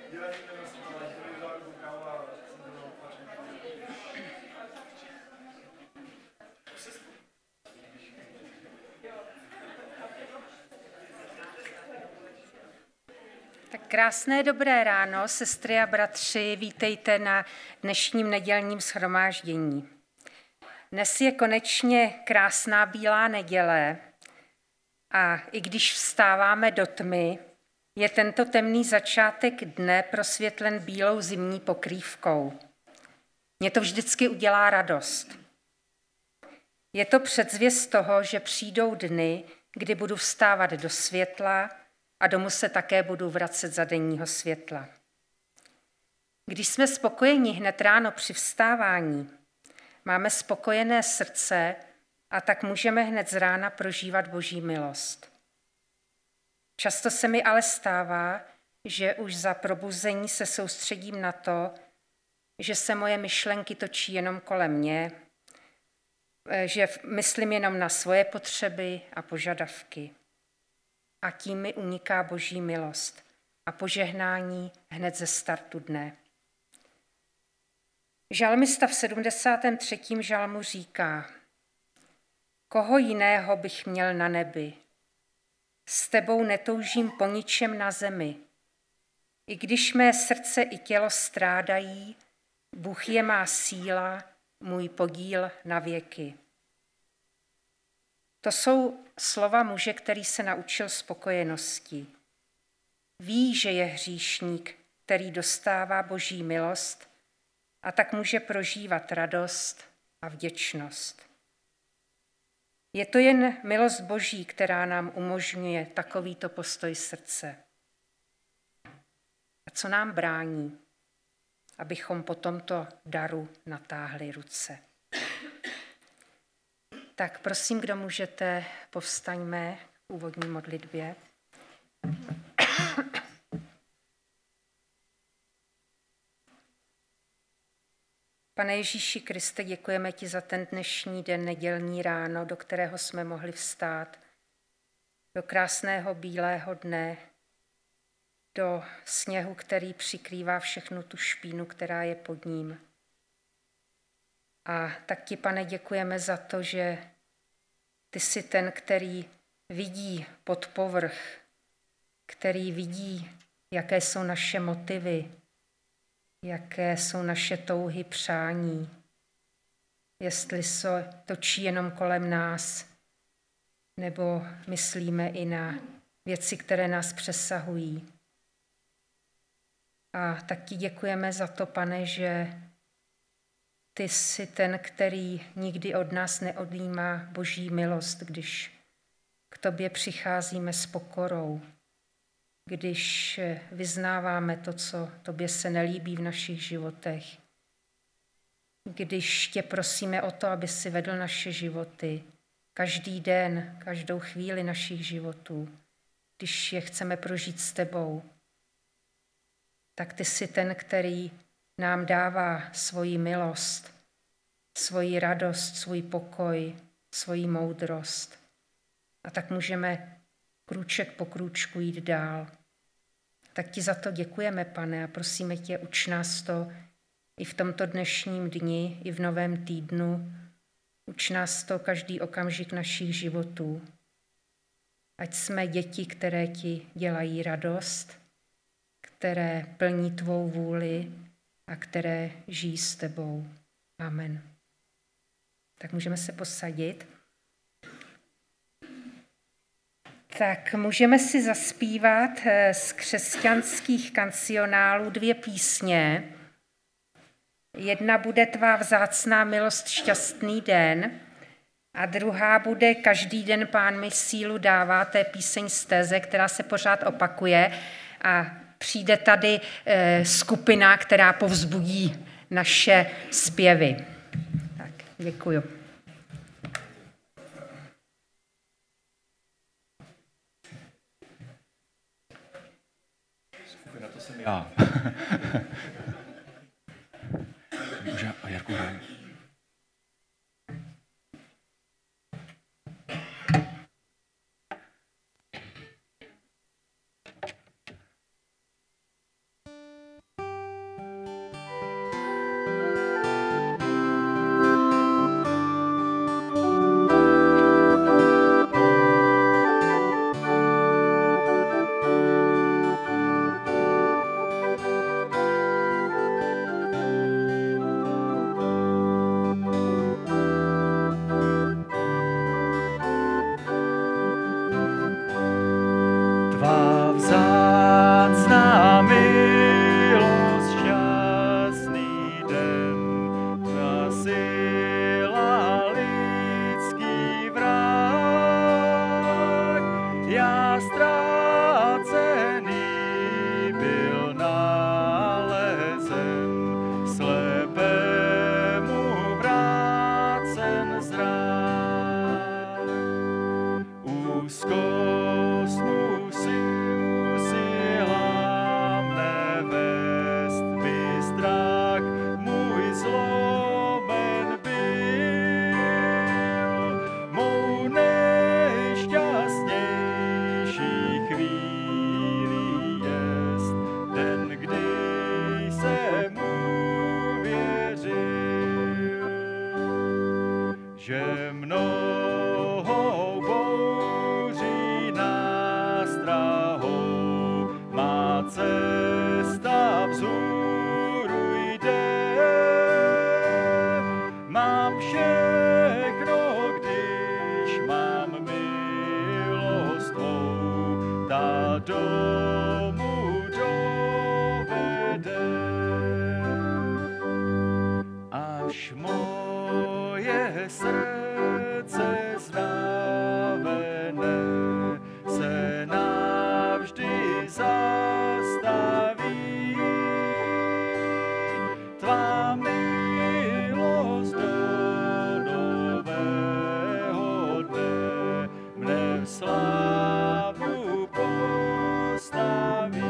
Tak krásné dobré ráno, sestry a bratři, vítejte na dnešním nedělním shromáždění. Dnes je konečně krásná bílá neděle a i když vstáváme do tmy, je tento temný začátek dne prosvětlen bílou zimní pokrývkou. Mně to vždycky udělá radost. Je to předzvěst toho, že přijdou dny, kdy budu vstávat do světla a domů se také budu vracet za denního světla. Když jsme spokojeni hned ráno při vstávání, máme spokojené srdce a tak můžeme hned z rána prožívat Boží milost. Často se mi ale stává, že už za probuzení se soustředím na to, že se moje myšlenky točí jenom kolem mě, že myslím jenom na svoje potřeby a požadavky. A tím mi uniká Boží milost a požehnání hned ze startu dne. Žalmista v 73. žalmu říká: Koho jiného bych měl na nebi? S tebou netoužím po ničem na zemi. I když mé srdce i tělo strádají, Bůh je má síla, můj podíl na věky. To jsou slova muže, který se naučil spokojenosti. Ví, že je hříšník, který dostává Boží milost a tak může prožívat radost a vděčnost. Je to jen milost Boží, která nám umožňuje takovýto postoj srdce. A co nám brání, abychom po tomto daru natáhli ruce? Tak prosím, kdo můžete, povstaňme k úvodní modlitbě. Pane Ježíši Kriste, děkujeme ti za ten dnešní den, nedělní ráno, do kterého jsme mohli vstát, do krásného bílého dne, do sněhu, který přikrývá všechnu tu špínu, která je pod ním. A tak ti, Pane, děkujeme za to, že ty jsi ten, který vidí pod povrch, který vidí, jaké jsou naše motivy, jaké jsou naše touhy, přání, jestli se točí jenom kolem nás, nebo myslíme i na věci, které nás přesahují. A tak ti děkujeme za to, Pane, že ty jsi ten, který nikdy od nás neodjímá Boží milost, když k tobě přicházíme s pokorou, když vyznáváme to, co tobě se nelíbí v našich životech, když tě prosíme o to, aby si vedl naše životy každý den, každou chvíli našich životů, když je chceme prožít s tebou, tak ty jsi ten, který nám dává svoji milost, svoji radost, svůj pokoj, svoji moudrost. A tak můžeme krůček po krůčku jít dál. Tak ti za to děkujeme, Pane, a prosíme tě, uč nás to i v tomto dnešním dni, i v novém týdnu. Uč nás to každý okamžik našich životů. Ať jsme děti, které ti dělají radost, které plní tvou vůli a které žijí s tebou. Amen. Tak můžeme se posadit. Tak můžeme si zaspívat z křesťanských kancionálů 2 písně. Jedna bude Tvá vzácná milost, šťastný den a druhá bude Každý den Pán mi sílu dává, to je píseň z Teze, která se pořád opakuje a přijde tady skupina, která povzbudí naše zpěvy. Tak, děkuju. Skupina, to jsem já. Může a Jarku hraj. domů dovede. Až moje srdce zravené se navždy zastaví. Tvá milost do nového dne mne v slávu postaví.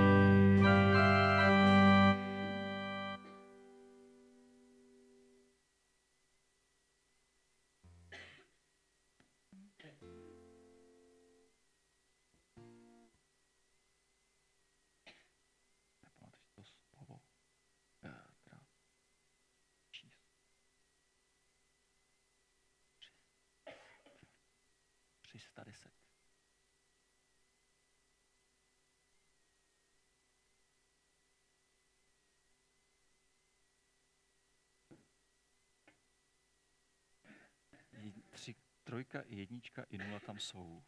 To slovo. 310. Trojka, jednička i nula tam jsou.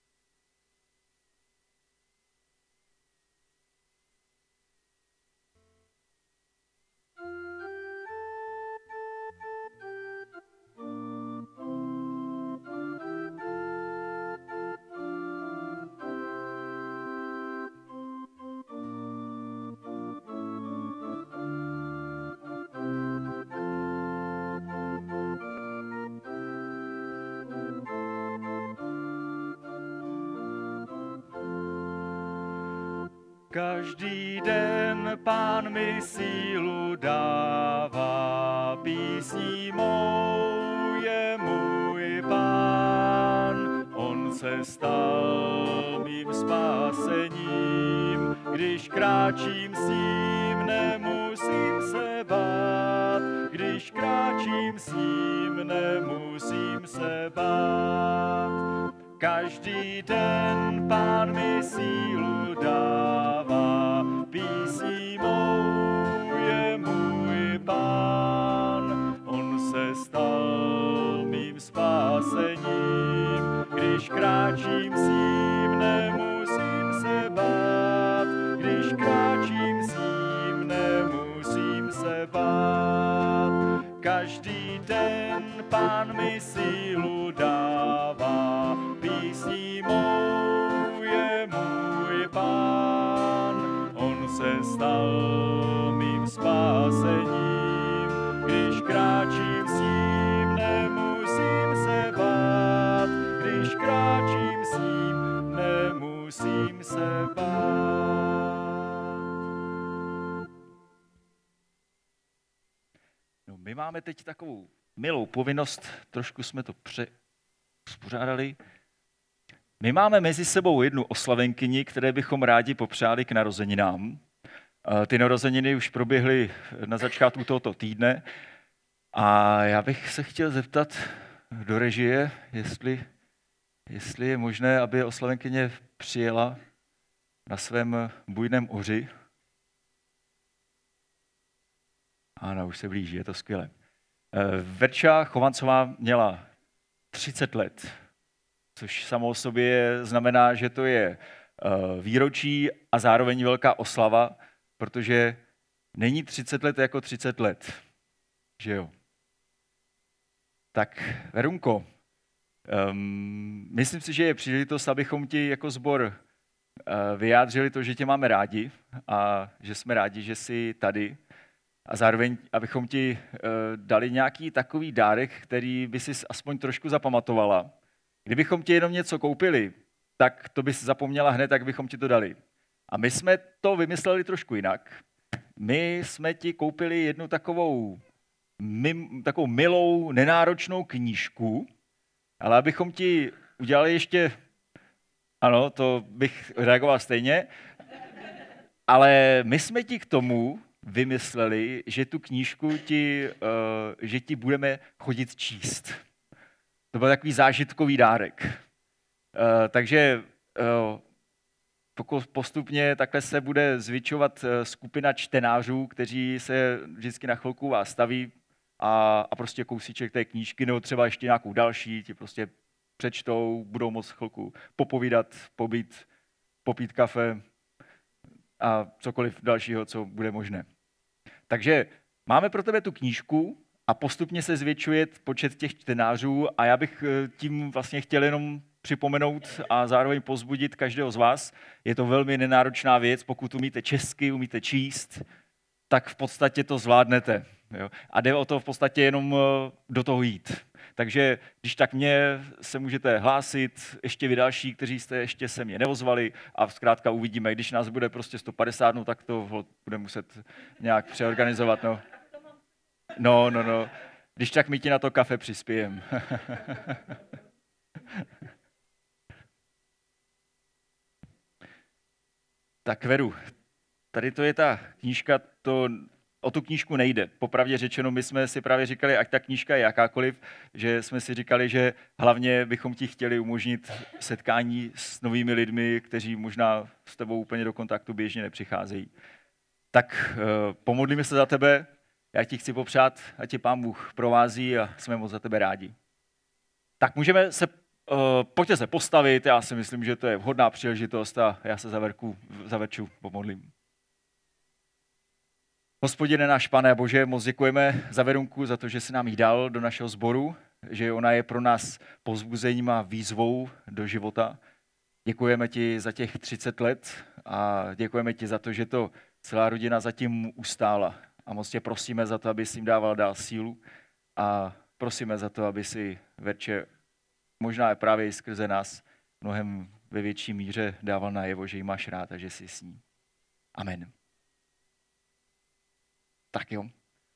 Každý den Pán mi sílu dává, písní mou je můj Pán. On se stal mým spásením, když kráčím s ním, nemusím se bát. Když kráčím s ním, nemusím se bát. Každý den Pán mi sílu dává, písní mou je můj Pán. On se stal mým spásením, když kráčím s ním, nemusím se bát. Když kráčím s ním, nemusím se bát. Každý den Pán mi sílu dává, písní mou je můj Pán. On se stal mým spásením, když kráčím s ním, nemusím se bát. Když kráčím s ním, nemusím se bát. No, my máme teď takovou milou povinnost, trošku jsme to uspořádali. My máme mezi sebou jednu oslavenkyni, které bychom rádi popřáli k narozeninám. Ty narozeniny už proběhly na začátku tohoto týdne a já bych se chtěl zeptat do režie, jestli je možné, aby oslavenkyně přijela na svém bujném oři. Ano, už se blíží, je to skvělé. Verča Chovancová měla 30 let, což samo o sobě znamená, že to je výročí a zároveň velká oslava, protože není 30 let jako 30 let, že jo? Tak, Verunko, myslím si, že je příležitost, abychom ti jako sbor vyjádřili to, že tě máme rádi a že jsme rádi, že jsi tady. A zároveň, abychom ti dali nějaký takový dárek, který by si aspoň trošku zapamatovala. Kdybychom ti jenom něco koupili, tak to bys zapomněla hned, tak bychom ti to dali. A my jsme to vymysleli trošku jinak. My jsme ti koupili jednu takovou milou, nenáročnou knížku, ale abychom ti udělali ještě, ano, to bych reagoval stejně, ale my jsme ti k tomu vymysleli, že tu knížku že ti budeme chodit číst. To byl takový zážitkový dárek. Takže postupně takhle se bude zvětšovat skupina čtenářů, kteří se vždycky na chvilku vás staví a prostě kousíček té knížky, nebo třeba ještě nějakou další, ti prostě přečtou, budou moct chvilku popovídat, pobít popít kafe a cokoliv dalšího, co bude možné. Takže máme pro tebe tu knížku a postupně se zvětšuje počet těch čtenářů a já bych tím vlastně chtěl jenom připomenout a zároveň povzbudit každého z vás. Je to velmi nenáročná věc, pokud umíte česky, umíte číst, tak v podstatě to zvládnete. Jo? A jde o to v podstatě jenom do toho jít. Takže když tak mě se můžete hlásit, ještě vy další, kteří jste ještě se mě neozvali a zkrátka uvidíme, když nás bude prostě 150, no tak to bude muset nějak přeorganizovat. No. Když tak my ti na to kafe přispějem. Tak Veru, tady to je ta knížka, o tu knížku nejde. Popravdě řečeno, my jsme si právě říkali, ať ta knížka je jakákoliv, že jsme si říkali, že hlavně bychom ti chtěli umožnit setkání s novými lidmi, kteří možná s tebou úplně do kontaktu běžně nepřicházejí. Tak pomodlíme se za tebe, já ti chci popřát, ať tě Pán Bůh provází a jsme moc za tebe rádi. Tak pojďte se postavit, já si myslím, že to je vhodná příležitost a já se za Verču pomodlím. Hospodine náš Pane a Bože, moc děkujeme za Verunku, za to, že jsi nám ji dal do našeho sboru, že ona je pro nás povzbuzením a výzvou do života. Děkujeme ti za těch 30 let a děkujeme ti za to, že to celá rodina zatím ustála. A moc tě prosíme za to, aby jsi jim dával dál sílu a prosíme za to, aby si Verče možná právě i skrze nás mnohem ve větší míře dával najevo, že ji máš rád a že jsi s ní. Amen. Tak jo.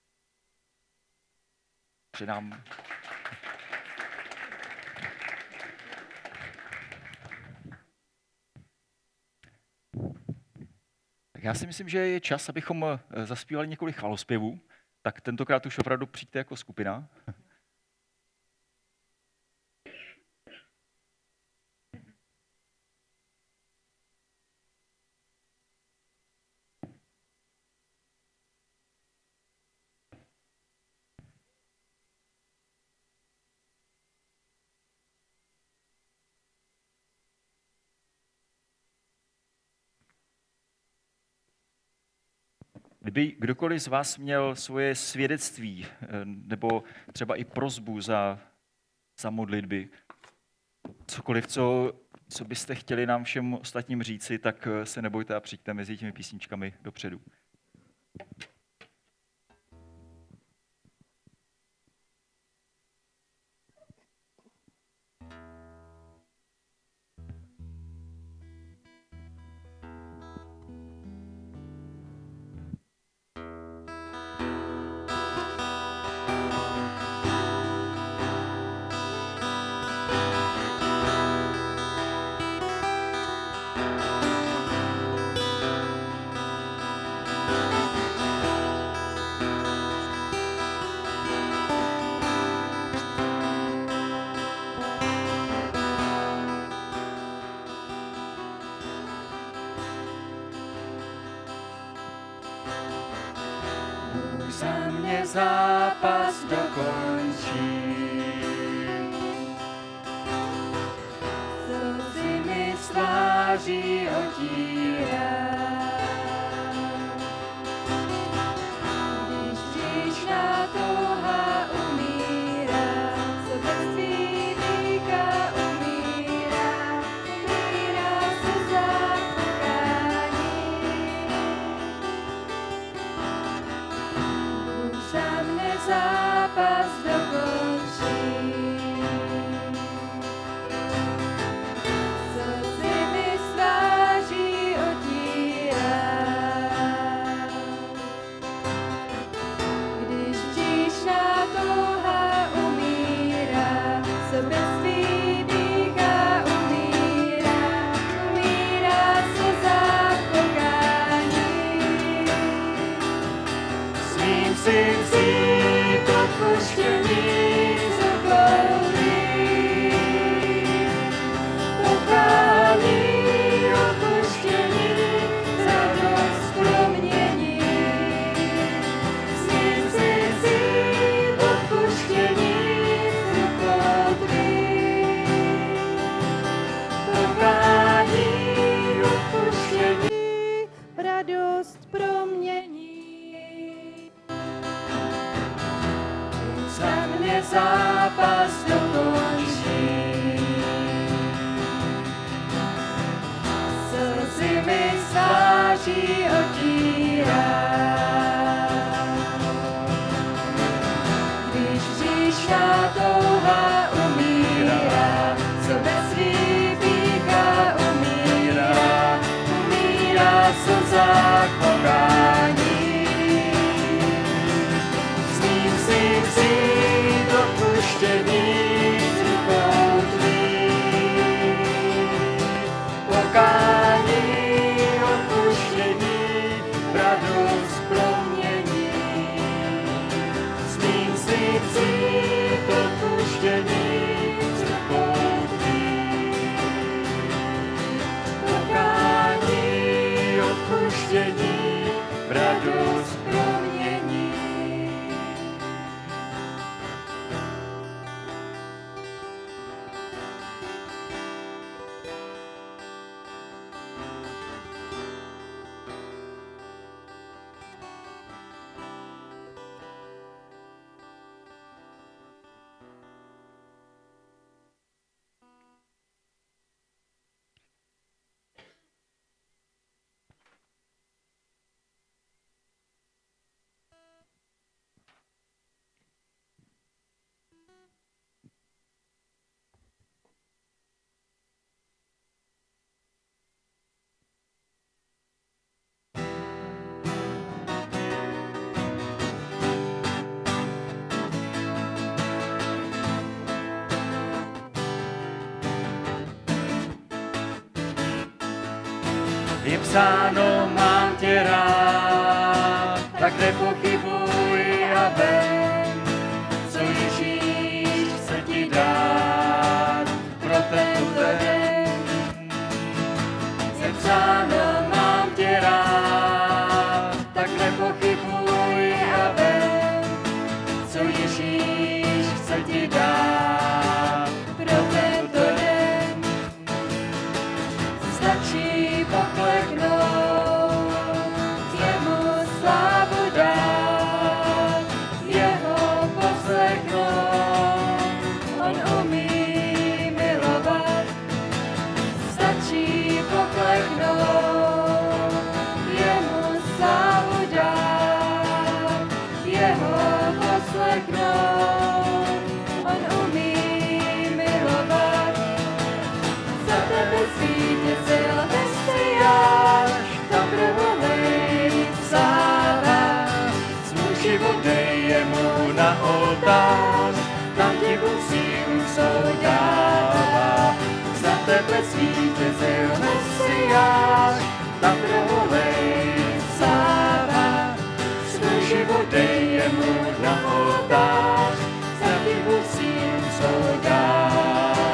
Předám. Tak já si myslím, že je čas, abychom zaspívali několik chvalospěvů. Tak tentokrát už opravdu přijďte jako skupina. Kdyby kdokoliv z vás měl svoje svědectví nebo třeba i prosbu za modlitby, cokoliv, co byste chtěli nám všem ostatním říci, tak se nebojte a přijďte mezi těmi písničkami dopředu. Za mě zápas dokončí. Slzy mi z tváří otírá. Když příšná touha umírá, sobectví dýchá umírá, umírá se za pokání. Za mne zápas dokončí. Slzy mi z tváří otírá. Když příšná touha umírá, sobectví dýchá umírá, umírá se za pokání. Smím si vzít odpuštění z okolí, pokání, odpuštění, radost promění. Smím si vzít odpuštění z okolí, pokání, zápas dokončí. Slzy mi z tváří otírá. Když říšná touha umírá, co bez výpícha umírá, umírá v slzách pokání. Smím si vzít odpuštění z rukou tvých. Pokání, odpuštění, radost promění. Smím si vzít odpuštění z rukou tvých. Pokání, odpuštění, radost promění. Je psáno, mám tě rád, tak nepochybuj a vem, co Ježíš chce ti dát pro tento den. Je psáno, mám tě rád, tak nepochybuj a vem, co Ježíš chce ti dát pro tento den. Stačí pokleknout, jemu slávu dát, jeho poslechnout, on umí milovat. Stačí pokleknout, jemu slávu dát, jeho poslechnout, on umí milovat. Za tebe zvítězil Mesiáš, dobrovolný vstává. Svůj život dej jemu na oltář, tam ti Bůh sílu svou dává. Za tebe zvítězil Mesiáš, dobrovolný vstává. Svůj život dej jemu na oltář, tam ti Bůh sílu svou dává.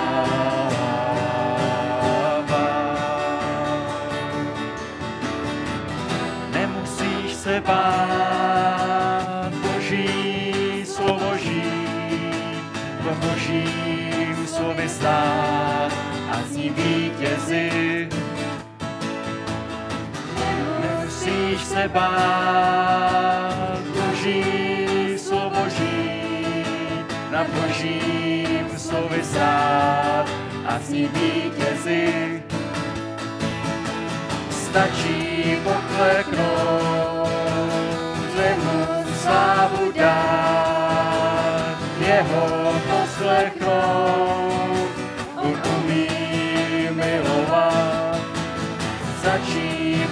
Nemusíš se bát, Boží slovo žít, v Božím slově stát a z ní vítězit. Nemusíš se bát, Boží slovo žít, na Božím slově stát a z ní vítězit. Stačí pokleknout, jemu slávu dát, jeho poslechnout, on umí milovat. Stačí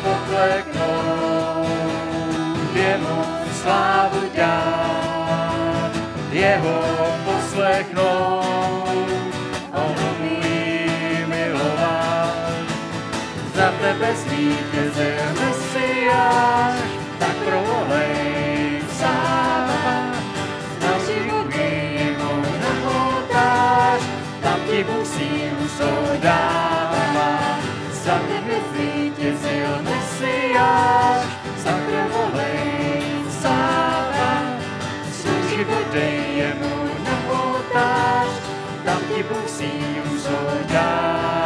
pokleknout, jemu slávu dát, jeho poslechnout, on umí milovat. Za tebe zvítězil Mesiáš, tak provolej vstává. Na život jemu na oltář, tam ti Bůh sílu svou dává. Za tebe zvítězil Mesiáš, tak provolej vstává. Svůj život dej jemu na oltář, tam ti Bůh sílu svou dává.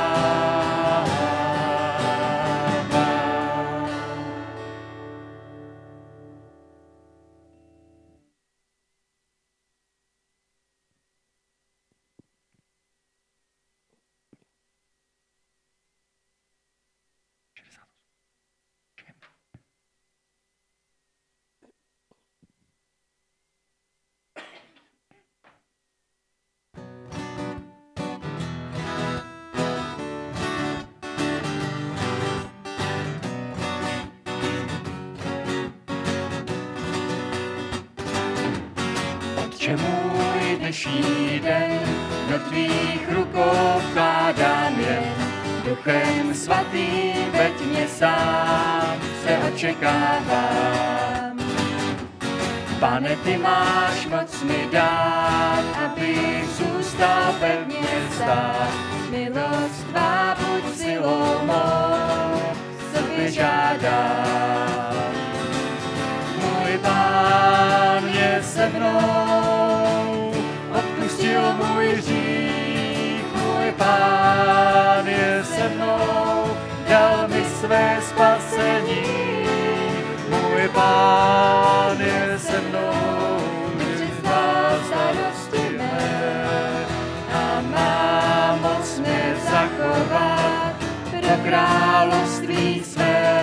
Otče můj, dnešní den do tvých rukou vkládám jen. Duchem svatým veď mě sám, se očekávám. Pane, ty máš moc mi dát, abych zůstal pevně stát. Milost tvá buď silou mou, sobě žádám. Můj Pán je se mnou, odpustil můj hřích. Můj Pán je se mnou, dal mi své spasení. Můj Pán je se mnou, nepřiznal starosti mé a má moc mě zachovat pro království své.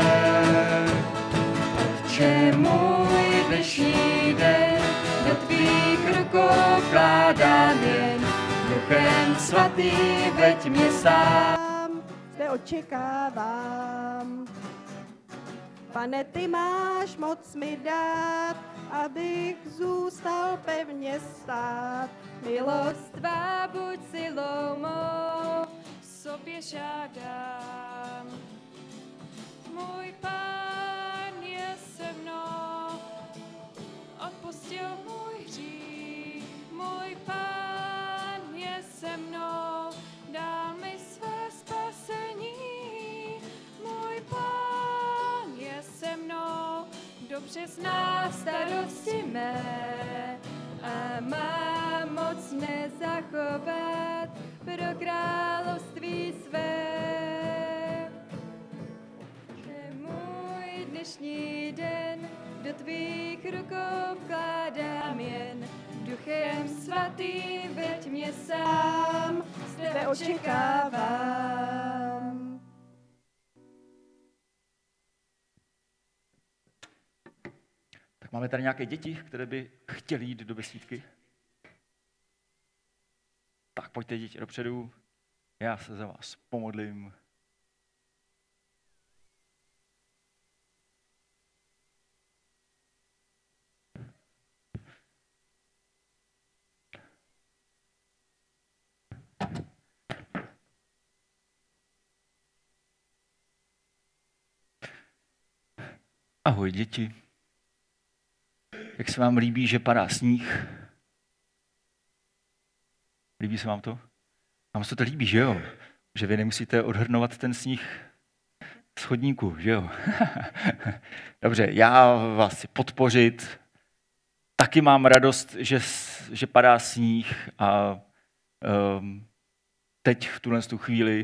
Otče můj, dnešní den do tvých rukou vkládám jen. Duchem svatým veď mě sám, zde očekávám. Pane, ty máš moc mi dát, abych zůstal pevně stát. Milost tvá buď silou mou, sobě žádám. Můj Pán je se mnou, odpustil můj hřích. Můj Pán je se mnou, dal mi své spasení. Můj Pán je se mnou, dobře zná starosti mé a má moc mne zachovat pro království své. Je můj dnešní den, do tvých rukou vkládám jen. Duchem svatým veď mě sám, zde očekávám. Tak máme tady nějaké děti, které by chtěly jít do besídky? Tak pojďte děti dopředu, já se za vás pomodlím. Ahoj děti. Jak se vám líbí, že padá sníh? Líbí se vám to? Vám se to líbí, že jo? Že vy nemusíte odhrnovat ten sníh z chodníku, že jo? Dobře, já vás chci podpořit. Taky mám radost, že padá sníh a teď v tuhle chvíli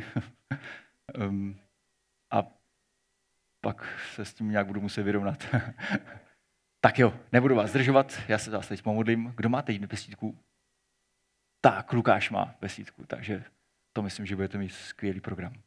a pak se s tím nějak budu muset vyrovnat. Tak jo, nebudu vás zdržovat, já se vás teď pomodlím. Kdo máte jít do besídku? Tak, Lukáš má besídku, takže to myslím, že budete mít skvělý program.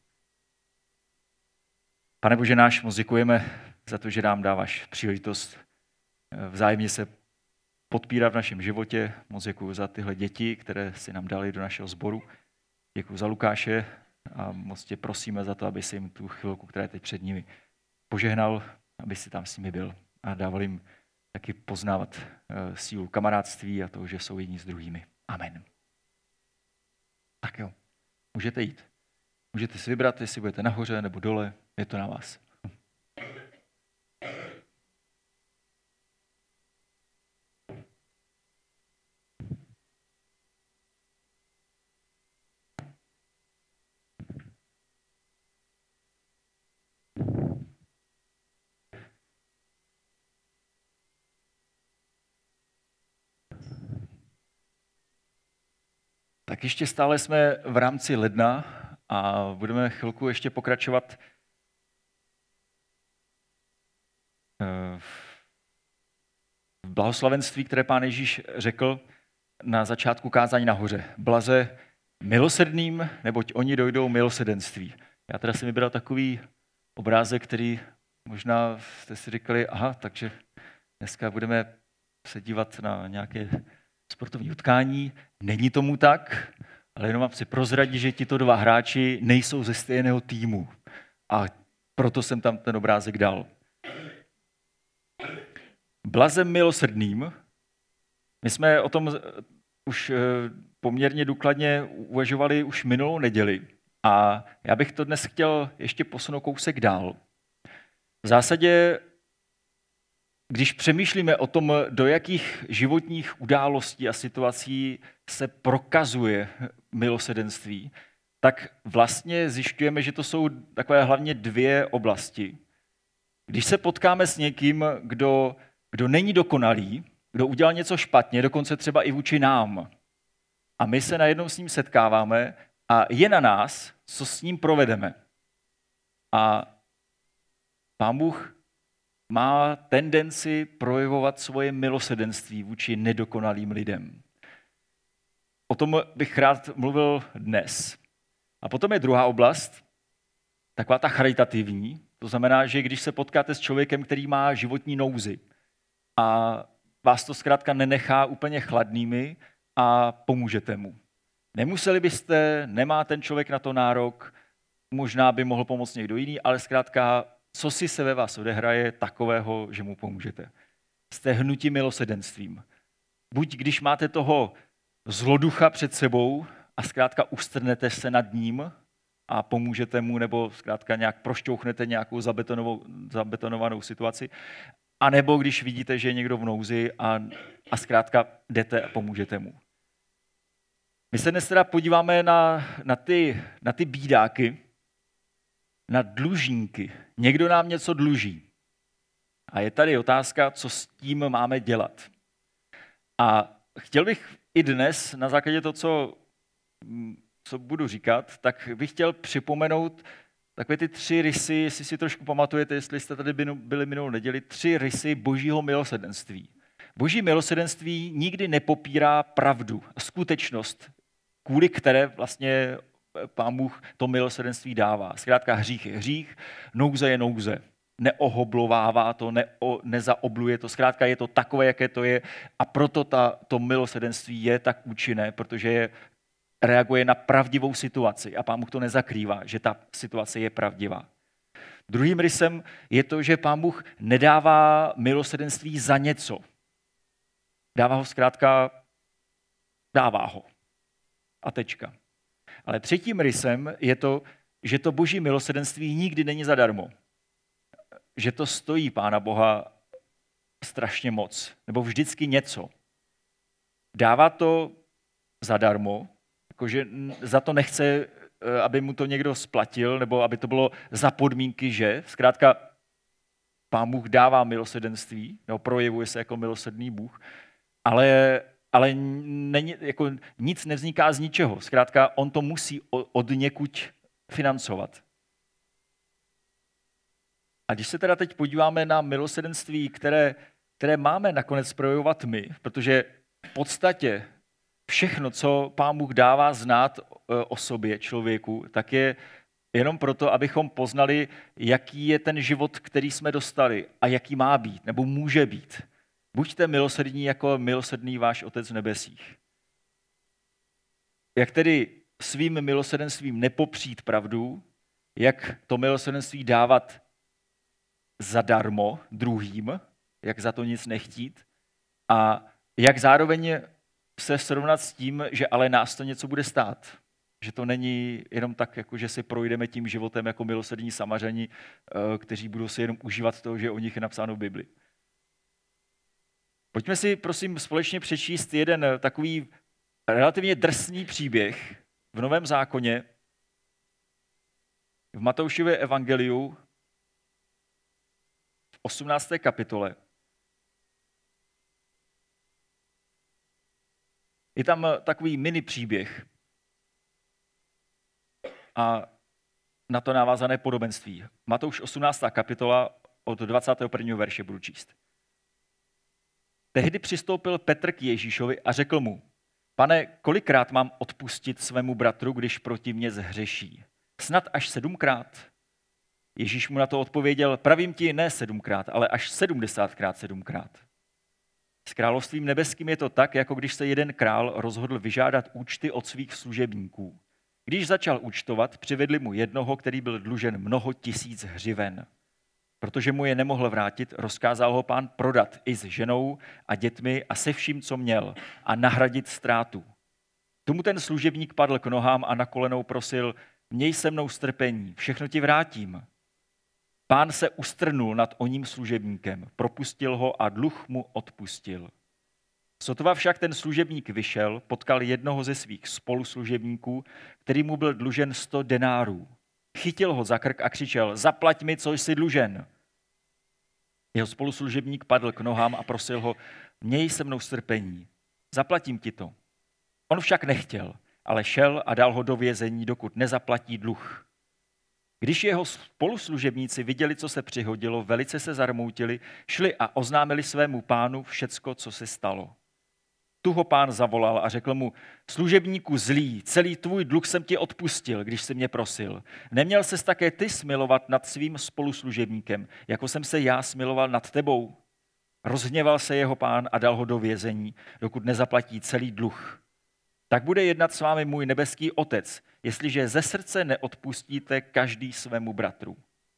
Pane Bože náš, moc děkujeme za to, že nám dáváš příležitost vzájemně se podpírat v našem životě. Moc děkuji za tyhle děti, které si nám dali do našeho sboru. Děkuji za Lukáše a moc tě prosíme za to, aby si jim tu chvilku, která je teď před nimi, požehnal, aby si tam s nimi byl a dával jim taky poznávat sílu kamarádství a toho, že jsou jedni s druhými. Amen. Tak jo, můžete jít. Můžete si vybrat, jestli budete nahoře nebo dole, je to na vás. Tak ještě stále jsme v rámci ledna a budeme chvilku ještě pokračovat v blahoslavenství, které Pán Ježíš řekl na začátku kázání nahoře. Blaze milosrdným, neboť oni dojdou milosrdenství. Já teda jsem vybral takový obrázek, který možná jste si říkali, aha, takže dneska budeme se dívat na nějaké sportovní utkání. Není tomu tak, ale jenom vám si prozradit, že tito dva hráči nejsou ze stejného týmu. A proto jsem tam ten obrázek dal. Blazem milosrdným, My jsme o tom už poměrně důkladně uvažovali už minulou neděli a já bych to dnes chtěl ještě posunout kousek dál. V zásadě, když přemýšlíme o tom, do jakých životních událostí a situací se prokazuje milosrdenství, tak vlastně zjišťujeme, že to jsou takové hlavně dvě oblasti. Když se potkáme s někým, kdo není dokonalý, kdo udělal něco špatně, dokonce třeba i vůči nám, a my se najednou s ním setkáváme a je na nás, co s ním provedeme. A Pán Bůh má tendenci projevovat svoje milosrdenství vůči nedokonalým lidem. O tom bych rád mluvil dnes. A potom je druhá oblast, taková ta charitativní. To znamená, že když se potkáte s člověkem, který má životní nouzi a vás to zkrátka nenechá úplně chladnými a pomůžete mu. Nemuseli byste, nemá ten člověk na to nárok, možná by mohl pomoct někdo jiný, ale zkrátka, co si se ve vás odehraje takového, že mu pomůžete. Jste hnutí milosrdenstvím. Buď když máte toho zloducha před sebou a zkrátka ustrnete se nad ním a pomůžete mu, nebo zkrátka nějak prošťouchnete nějakou zabetonovanou situaci, anebo když vidíte, že je někdo v nouzi a zkrátka jdete a pomůžete mu. My se dnes teda podíváme na ty bídáky, na dlužníky. Někdo nám něco dluží. A je tady otázka, co s tím máme dělat. A chtěl bych i dnes, na základě toho, co budu říkat, tak bych chtěl připomenout takové ty 3 rysy, jestli si trošku pamatujete, jestli jste tady byli minulou neděli, 3 rysy božího milosrdenství. Boží milosrdenství nikdy nepopírá pravdu a skutečnost, kvůli které vlastně Pán Bůh to milosrdenství dává. Zkrátka hřích je hřích, nouze je nouze. Neohoblovává to, nezaobluje to, zkrátka je to takové, jaké to je a proto to milosrdenství je tak účinné, protože reaguje na pravdivou situaci a Pán Bůh to nezakrývá, že ta situace je pravdivá. Druhým rysem je to, že Pán Bůh nedává milosrdenství za něco. Dává ho zkrátka, dává ho. A tečka. Ale třetím rysem je to, že to boží milosrdenství nikdy není zadarmo. Že to stojí Pána Boha strašně moc, nebo vždycky něco. Dává to zadarmo, jakože za to nechce, aby mu to někdo splatil, nebo aby to bylo za podmínky, že zkrátka Pán Bůh dává milosrdenství, nebo projevuje se jako milosrdný Bůh, ale není, jako nic nevzniká z ničeho. Zkrátka on to musí od někud financovat. A když se teda teď podíváme na milosrdenství, které máme nakonec projevovat my, protože v podstatě všechno, co Pán Bůh dává znát o sobě člověku, tak je jenom proto, abychom poznali, jaký je ten život, který jsme dostali a jaký má být, nebo může být. Buďte milosrdní jako milosrdný váš Otec v nebesích. Jak tedy svým milosrdenstvím nepopřít pravdu, jak to milosrdenství dávat zadarmo druhým, jak za to nic nechtít a jak zároveň se srovnat s tím, že ale nás to něco bude stát. Že to není jenom tak, jako že si projdeme tím životem jako milosrdní Samařani, kteří budou si jenom užívat toho, že o nich je napsáno v Bibli. Pojďme si, prosím, společně přečíst jeden takový relativně drsný příběh v Novém zákoně, v Matoušově evangeliu, v 18. kapitole. Je tam takový mini příběh a na to navázané podobenství. Matouš 18. kapitola od 21. verše budu číst. Tehdy přistoupil Petr k Ježíšovi a řekl mu, Pane, kolikrát mám odpustit svému bratru, když proti mně zhřeší? Snad až 7krát? Ježíš mu na to odpověděl, pravím ti ne 7krát, ale až 70krát 7krát. S královstvím nebeským je to tak, jako když se jeden král rozhodl vyžádat účty od svých služebníků. Když začal účtovat, přivedli mu jednoho, který byl dlužen mnoho tisíc hřiven. Protože mu je nemohl vrátit, rozkázal ho pán prodat i s ženou a dětmi a se vším, co měl, a nahradit ztrátu. Tomu ten služebník padl k nohám a na kolenou prosil: měj se mnou strpení, všechno ti vrátím. Pán se ustrnul nad oním služebníkem, propustil ho a dluh mu odpustil. Sotva však ten služebník vyšel, potkal jednoho ze svých spoluslužebníků, který mu byl dlužen 100 denárů. Chytil ho za krk a křičel: zaplať mi, co jsi dlužen. Jeho spoluslužebník padl k nohám a prosil ho: měj se mnou strpení, zaplatím ti to. On však nechtěl, ale šel a dal ho do vězení, dokud nezaplatí dluh. Když jeho spoluslužebníci viděli, co se přihodilo, velice se zarmoutili, šli a oznámili svému pánu všecko, co se stalo. Tu ho pán zavolal a řekl mu: služebníku zlý, celý tvůj dluh jsem ti odpustil, když jsi mě prosil. Neměl ses také ty smilovat nad svým spoluslužebníkem, jako jsem se já smiloval nad tebou? Rozhněval se jeho pán a dal ho do vězení, dokud nezaplatí celý dluh. Tak bude jednat s vámi můj nebeský otec, jestliže ze srdce neodpustíte každý svému bratru.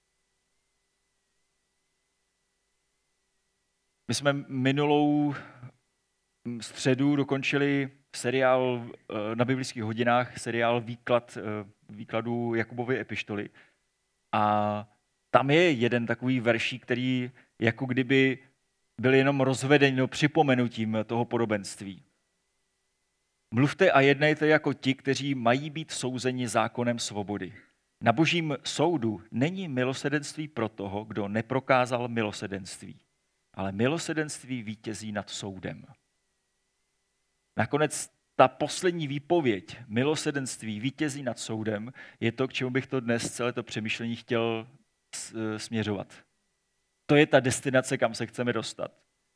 My jsme minulou středu dokončili seriál na biblických hodinách, seriál výkladu Jakubovy epištoly. A tam je jeden takový veršík, který jako kdyby byl jenom rozvedený připomenutím toho podobenství. Mluvte a jednejte jako ti, kteří mají být souzeni zákonem svobody. Na božím soudu není milosedenství pro toho, kdo neprokázal milosedenství, ale milosedenství vítězí nad soudem. Nakonec ta poslední výpověď, milosedenství vítězí nad soudem, je to, k čemu bych to dnes celé to přemýšlení chtěl směřovat. To je ta destinace, kam se chceme dostat.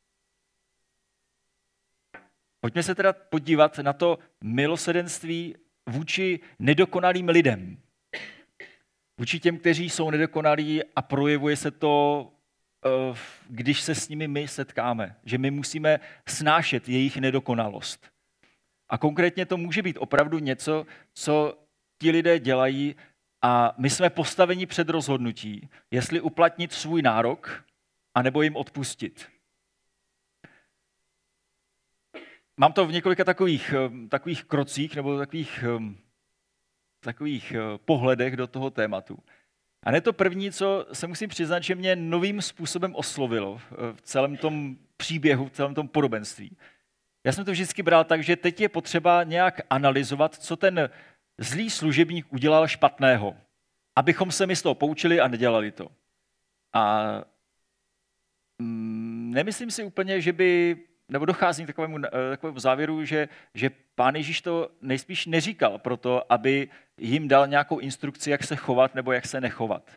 Pojďme se teda podívat na to milosedenství vůči nedokonalým lidem. Vůči těm, kteří jsou nedokonalí, a projevuje se to, když se s nimi my setkáme. Že my musíme snášet jejich nedokonalost. A konkrétně to může být opravdu něco, co ti lidé dělají, a my jsme postaveni před rozhodnutí, jestli uplatnit svůj nárok, anebo jim odpustit. Mám to v několika takových krocích nebo takových pohledech do toho tématu. A ne to první, co se musím přiznat, že mě novým způsobem oslovilo v celém tom příběhu, v celém tom podobenství. Já jsem to vždycky bral tak, že teď je potřeba nějak analyzovat, co ten zlý služebník udělal špatného, abychom se my z toho poučili a nedělali to. A nemyslím si úplně, že by, nebo docházím k takovému závěru, že Pán Ježíš to nejspíš neříkal proto, aby jim dal nějakou instrukci, jak se chovat nebo jak se nechovat.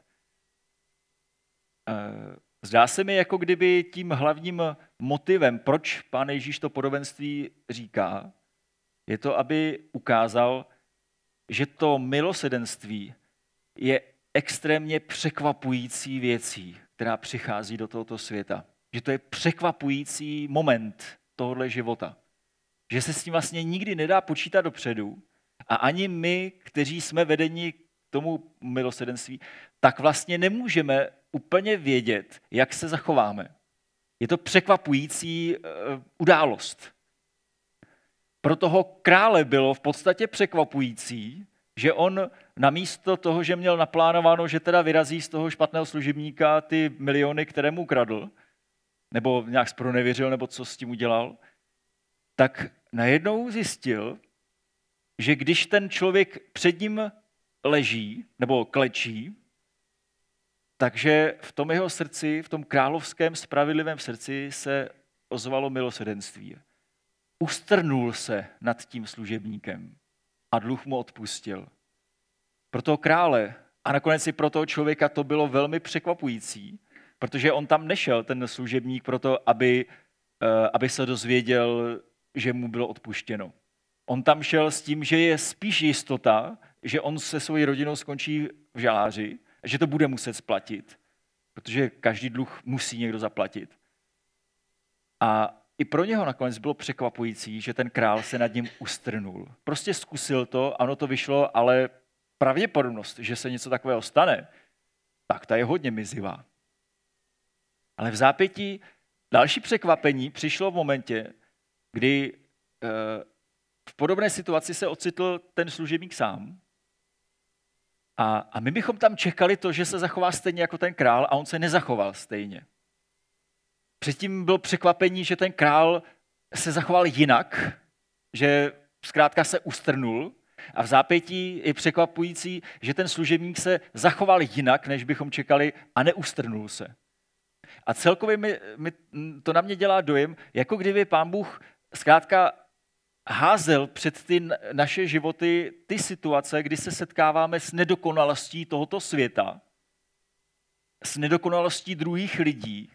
Zdá se mi, jako kdyby tím hlavním motivem, proč Pán Ježíš to podobenství říká, je to, aby ukázal, že to milosedenství je extrémně překvapující věcí, která přichází do tohoto světa. Že to je překvapující moment tohohle života. Že se s tím vlastně nikdy nedá počítat dopředu, a ani my, kteří jsme vedeni k tomu milosedenství, tak vlastně nemůžeme úplně vědět, jak se zachováme. Je to překvapující událost. Pro toho krále bylo v podstatě překvapující, že on namísto toho, že měl naplánováno, že teda vyrazí z toho špatného služebníka ty miliony, které mu ukradl, nebo nějak zpronevěřil, nebo co s tím udělal, tak najednou zjistil, že když ten člověk před ním leží nebo klečí, takže v tom jeho srdci, v tom královském spravedlivém srdci se ozvalo milosedenství. Ustrnul se nad tím služebníkem a dluh mu odpustil. Pro toho krále a nakonec i pro toho člověka to bylo velmi překvapující, protože on tam nešel, ten služebník, proto, aby se dozvěděl, že mu bylo odpuštěno. On tam šel s tím, že je spíš jistota, že on se svojí rodinou skončí v žaláři, že to bude muset splatit, protože každý dluh musí někdo zaplatit. A i pro něho nakonec bylo překvapující, že ten král se nad ním ustrnul. Prostě zkusil to, ano, to vyšlo, ale pravděpodobnost, že se něco takového stane, tak ta je hodně mizivá. Ale v zápětí další překvapení přišlo v momentě, kdy v podobné situaci se ocitl ten služebník sám. A my bychom tam čekali to, že se zachová stejně jako ten král, a on se nezachoval stejně. Předtím bylo překvapení, že ten král se zachoval jinak, že zkrátka se ustrnul, a v zápětí je překvapující, že ten služebník se zachoval jinak, než bychom čekali, a neustrnul se. A celkově to na mě dělá dojem, jako kdyby Pán Bůh zkrátka házel před ty naše životy ty situace, kdy se setkáváme s nedokonalostí tohoto světa, s nedokonalostí druhých lidí.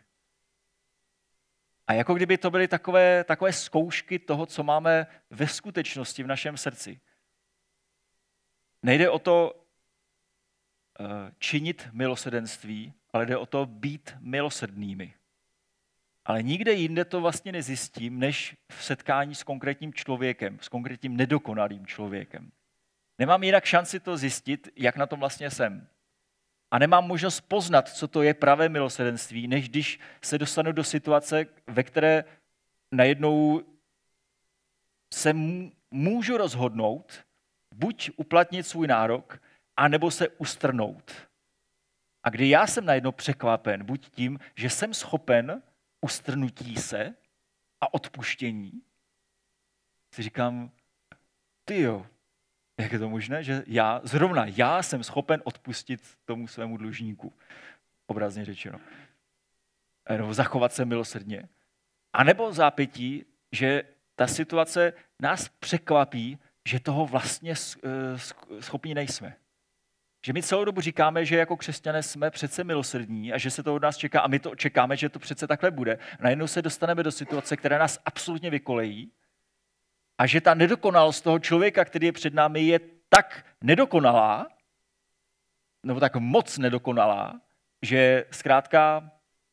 A jako kdyby to byly takové zkoušky toho, co máme ve skutečnosti v našem srdci. Nejde o to činit milosrdenství, ale jde o to být milosrdnými. Ale nikde jinde to vlastně nezjistím, než v setkání s konkrétním člověkem, s konkrétním nedokonalým člověkem. Nemám jinak šanci to zjistit, jak na tom vlastně jsem. A nemám možnost poznat, co to je pravé milosrdenství, než když se dostanu do situace, ve které najednou se můžu rozhodnout, buď uplatnit svůj nárok, anebo se ustrnout. A kdy já jsem najednou překvapen, buď tím, že jsem schopen ustrnutí se a odpuštění, si říkám, tyjo, jak je to možné, že já jsem schopen odpustit tomu svému dlužníku, obrazně řečeno. Nebo zachovat se milosrdně. A nebo v zápětí, že ta situace nás překvapí, že toho vlastně schopni nejsme. Že my celou dobu říkáme, že jako křesťané jsme přece milosrdní a že se to od nás čeká a my to čekáme, že to přece takhle bude. Najednou se dostaneme do situace, která nás absolutně vykolejí a že ta nedokonalost toho člověka, který je před námi, je tak nedokonalá, nebo tak moc nedokonalá, že zkrátka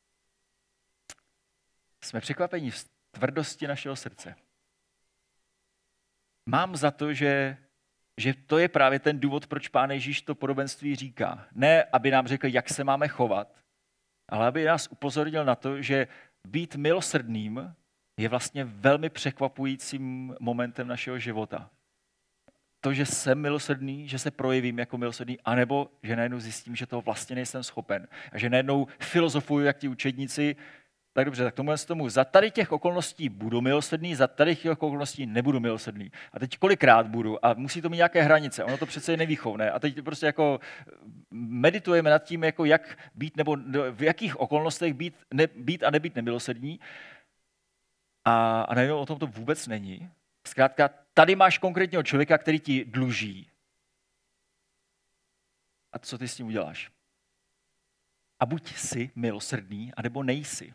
jsme překvapeni z tvrdosti našeho srdce. Mám za to, že to je právě ten důvod, proč Pán Ježíš to podobenství říká. Ne, aby nám řekl, jak se máme chovat, ale aby nás upozornil na to, že být milosrdným je vlastně velmi překvapujícím momentem našeho života. To, že jsem milosrdný, že se projevím jako milosrdný, anebo že najednou zjistím, že toho vlastně nejsem schopen. A že najednou filozofuju, jak ti učedníci, tak dobře, tak tomu za tady těch okolností budu milosrdný, za tady těch okolností nebudu milosrdný. A teď kolikrát budu a musí to mít nějaké hranice, ono to přece je nevýchovné. A teď prostě jako meditujeme nad tím, jako jak být nebo v jakých okolnostech být a nebýt nemilosrdní. A najednou o tom to vůbec není. Zkrátka, tady máš konkrétního člověka, který ti dluží. A co ty s tím uděláš? A buď jsi milosrdný, anebo nejsi.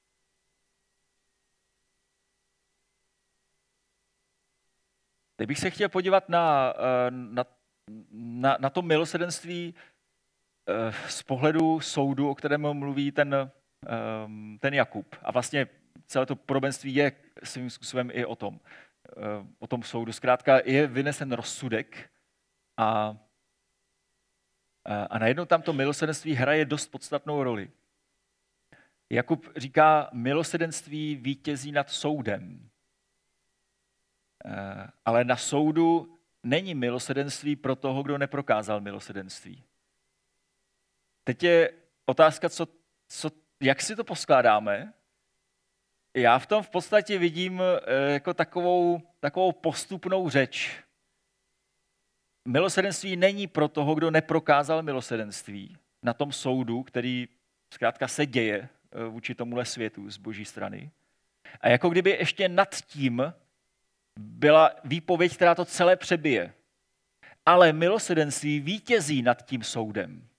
Teď bych se chtěl podívat na to milosrdenství z pohledu soudu, o kterém mluví ten Jakub. A vlastně celé to podobenství je svým způsobem i o tom soudu. Zkrátka je vynesen rozsudek a najednou tam to milosrdenství hraje dost podstatnou roli. Jakub říká, milosrdenství vítězí nad soudem. Ale na soudu není milosrdenství pro toho, kdo neprokázal milosrdenství. Teď je otázka, jak si to poskládáme. Já v tom v podstatě vidím jako takovou postupnou řeč. Milosrdenství není pro toho, kdo neprokázal milosrdenství na tom soudu, který zkrátka se děje vůči tomuhle světu z boží strany. A jako kdyby ještě nad tím byla výpověď, která to celé přebije. Ale milosrdenství vítězí nad tím soudem.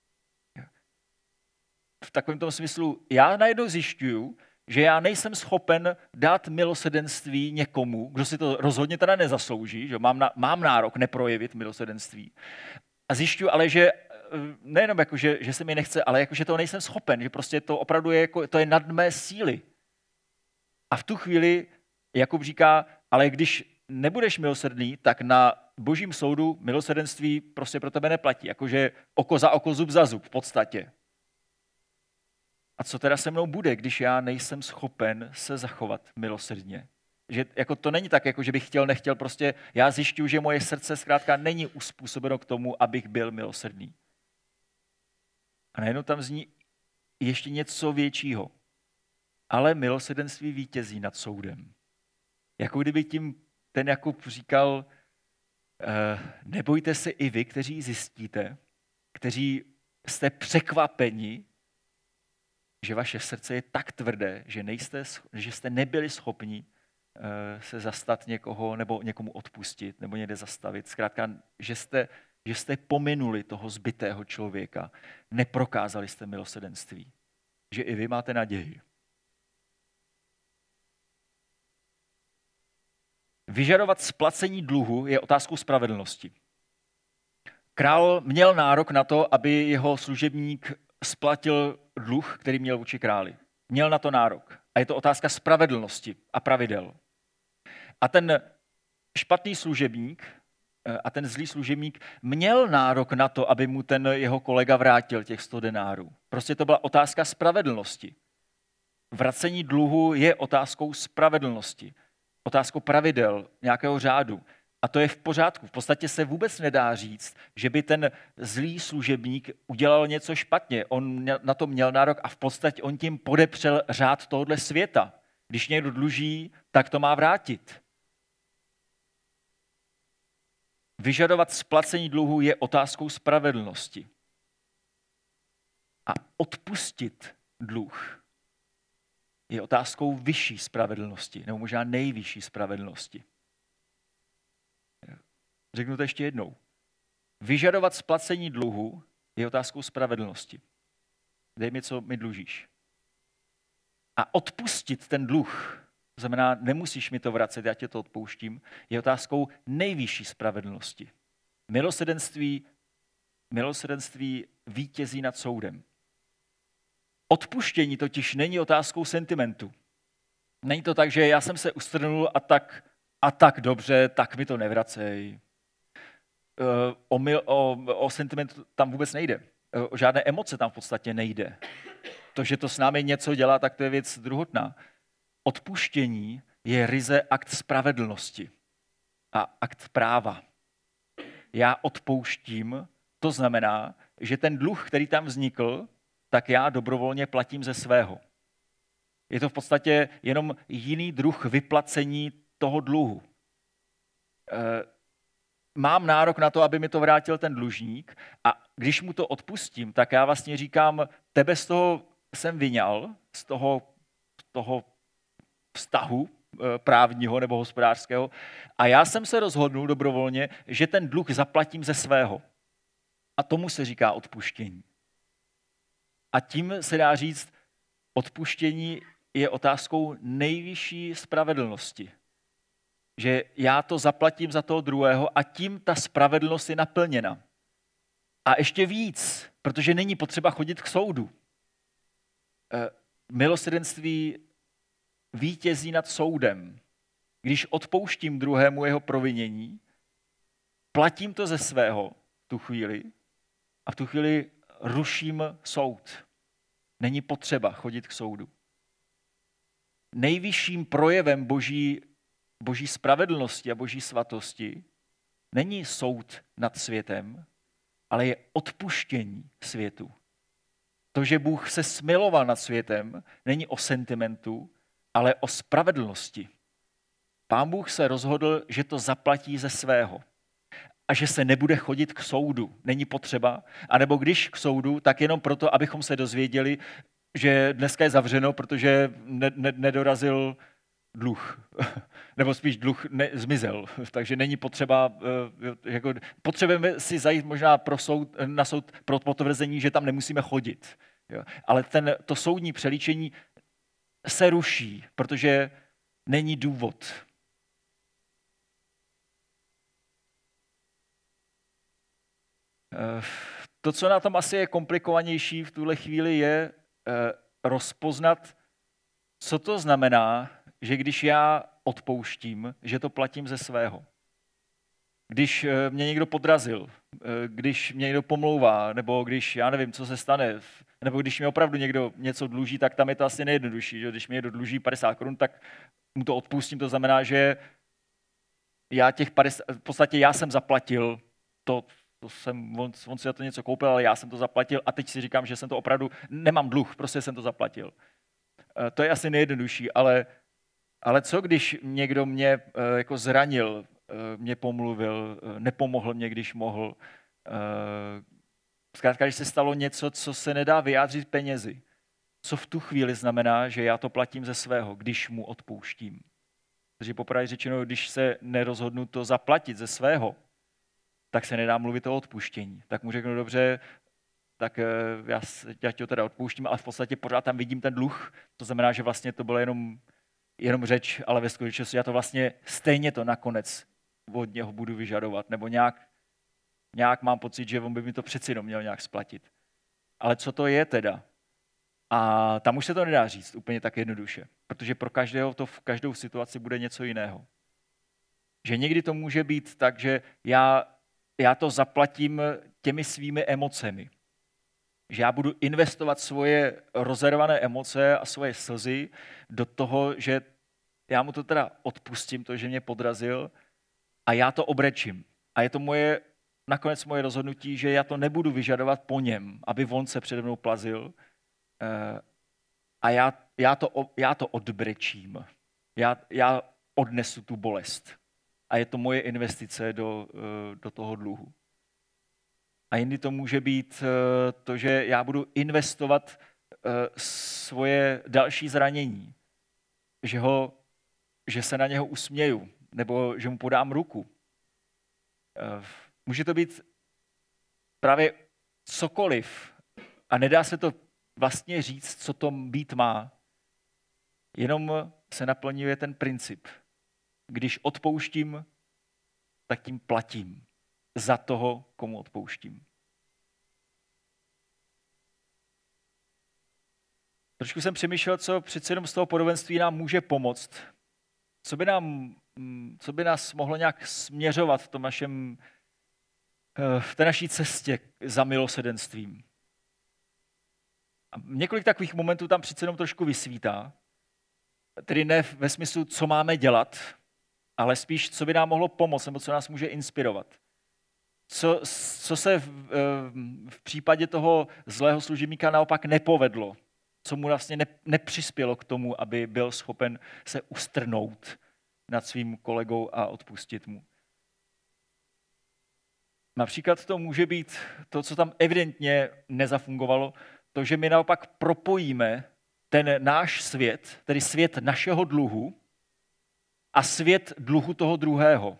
V takovém tom smyslu já najednou zjišťuju, že já nejsem schopen dát milosrdenství někomu, kdo si to rozhodně teda nezaslouží, že mám nárok neprojevit milosrdenství. A zjišťuju ale, že nejenom jako, že se mi nechce, ale jako, že toho nejsem schopen, že prostě to opravdu je, to je nad mé síly. A v tu chvíli Jakub říká, ale když nebudeš milosrdný, tak na božím soudu milosrdenství prostě pro tebe neplatí. Jakože oko za oko, zub za zub v podstatě. A co teda se mnou bude, když já nejsem schopen se zachovat milosrdně? Že jako to není tak, jako že bych chtěl, nechtěl, prostě já zjišťuju, že moje srdce zkrátka není uspůsobeno k tomu, abych byl milosrdný. A najednou tam zní ještě něco většího. Ale milosrdenství vítězí nad soudem. Jako kdyby tím ten Jakub říkal, nebojte se i vy, kteří zjistíte, kteří jste překvapeni, že vaše srdce je tak tvrdé, že jste nebyli schopni se zastat někoho nebo někomu odpustit nebo někde zastavit. Zkrátka, že jste pominuli toho zbitého člověka, neprokázali jste milosrdenství. Že i vy máte naději. Vyžadovat splacení dluhu je otázkou spravedlnosti. Král měl nárok na to, aby jeho služebník splatil dluh, který měl vůči králi. Měl na to nárok. A je to otázka spravedlnosti a pravidel. A ten špatný služebník a ten zlý služebník měl nárok na to, aby mu ten jeho kolega vrátil těch 100 denárů. Prostě to byla otázka spravedlnosti. Vracení dluhu je otázkou spravedlnosti. Otázkou pravidel, nějakého řádu. A to je v pořádku. V podstatě se vůbec nedá říct, že by ten zlý služebník udělal něco špatně. On na to měl nárok a v podstatě on tím podepřel řád tohohle světa. Když někdo dluží, tak to má vrátit. Vyžadovat splacení dluhu je otázkou spravedlnosti. A odpustit dluh je otázkou vyšší spravedlnosti, nebo možná nejvyšší spravedlnosti. Řeknu to ještě jednou. Vyžadovat splacení dluhu je otázkou spravedlnosti. Dej mi, co mi dlužíš. A odpustit ten dluh, to znamená, nemusíš mi to vracet, já tě to odpouštím, je otázkou nejvyšší spravedlnosti. Milosrdenství vítězí nad soudem. Odpuštění totiž není otázkou sentimentu. Není to tak, že já jsem se ustrnul a tak dobře, tak mi to nevracej. O sentiment tam vůbec nejde. O žádné emoce tam v podstatě nejde. To, že to s námi něco dělá, tak to je věc druhotná. Odpuštění je ryze akt spravedlnosti a akt práva. Já odpouštím, to znamená, že ten dluh, který tam vznikl, tak já dobrovolně platím ze svého. Je to v podstatě jenom jiný druh vyplacení toho dluhu. Mám nárok na to, aby mi to vrátil ten dlužník a když mu to odpustím, tak já vlastně říkám, tebe z toho jsem vyňal, z toho vztahu právního nebo hospodářského a já jsem se rozhodnul dobrovolně, že ten dluh zaplatím ze svého. A tomu se říká odpuštění. A tím se dá říct, odpuštění je otázkou nejvyšší spravedlnosti. Že já to zaplatím za toho druhého a tím ta spravedlnost je naplněna. A ještě víc, protože není potřeba chodit k soudu. Milosrdenství vítězí nad soudem. Když odpouštím druhému jeho provinění, platím to ze svého v tu chvíli a v tu chvíli ruším soud. Není potřeba chodit k soudu. Nejvyšším projevem boží spravedlnosti a boží svatosti není soud nad světem, ale je odpuštění světu. To, že Bůh se smiloval nad světem, není o sentimentu, ale o spravedlnosti. Pán Bůh se rozhodl, že to zaplatí ze svého a že se nebude chodit k soudu. Není potřeba. A nebo když k soudu, tak jenom proto, abychom se dozvěděli, že dneska je zavřeno, protože nedorazil dluh. Nebo spíš dluh zmizel. Takže není potřeba, potřebujeme si zajít možná na soud pro potvrzení, že tam nemusíme chodit. Jo. Ale to soudní přelíčení se ruší, protože není důvod. To, co na tom asi je komplikovanější v tuhle chvíli, je rozpoznat, co to znamená, že když já odpouštím, že to platím ze svého. když mě někdo podrazil, když mě někdo pomlouvá, nebo když, já nevím, co se stane, nebo když mi opravdu někdo něco dluží, tak tam je to asi nejjednodušší. Že? Když mi někdo dluží 50 korun, tak mu to odpustím. To znamená, že já těch 50, v podstatě já jsem zaplatil on si za to něco koupil, ale já jsem to zaplatil a teď si říkám, že jsem to opravdu, nemám dluh, prostě jsem to zaplatil. To je asi nejjednodušší, ale co když někdo mě jako zranil, mě pomluvil, nepomohl mě, když mohl. Zkrátka, když se stalo něco, co se nedá vyjádřit penězi, co v tu chvíli znamená, že já to platím ze svého, když mu odpouštím. Takže popravdě řečeno, když se nerozhodnu to zaplatit ze svého, tak se nedá mluvit o odpuštění. Tak mu řeknu, dobře, tak já ti ho teda odpouštím, ale v podstatě pořád tam vidím ten dluh. To znamená, že vlastně to bylo jenom řeč, ale ve skutečnosti já to vlastně stejně to nakonec od něho budu vyžadovat, nebo nějak mám pocit, že on by mi to přeci jenom měl nějak splatit. Ale co to je teda? A tam už se to nedá říct úplně tak jednoduše, protože pro každého to v každou situaci bude něco jiného. Že někdy to může být tak, že já to zaplatím těmi svými emocemi. Že já budu investovat svoje rozervané emoce a svoje slzy do toho, že já mu to teda odpustím, to, že mě podrazil, a já to obrečím. A je to nakonec moje rozhodnutí, že já to nebudu vyžadovat po něm, aby on se přede mnou plazil, a já to odbrečím. Já odnesu tu bolest. A je to moje investice do toho dluhu. A jindy to může být to, že já budu investovat svoje další zranění. Že se na něho usměju, nebo že mu podám ruku. Může to být právě cokoliv. A nedá se to vlastně říct, co to být má. Jenom se naplňuje ten princip. Když odpouštím, tak tím platím za toho, komu odpouštím. Trošku jsem přemýšlel, co přece jenom z toho podobenství nám může pomoct. Co by nás mohlo nějak směřovat v té naší cestě za milosrdenstvím. A několik takových momentů tam přece jenom trošku vysvítá. Tedy ne ve smyslu, co máme dělat, ale spíš, co by nám mohlo pomoct, nebo co nás může inspirovat. Co se v případě toho zlého služebníka naopak nepovedlo, co mu vlastně nepřispělo k tomu, aby byl schopen se ustrnout nad svým kolegou a odpustit mu. Například to může být to, co tam evidentně nezafungovalo, to, že my naopak propojíme ten náš svět, tedy svět našeho dluhu a svět dluhu toho druhého.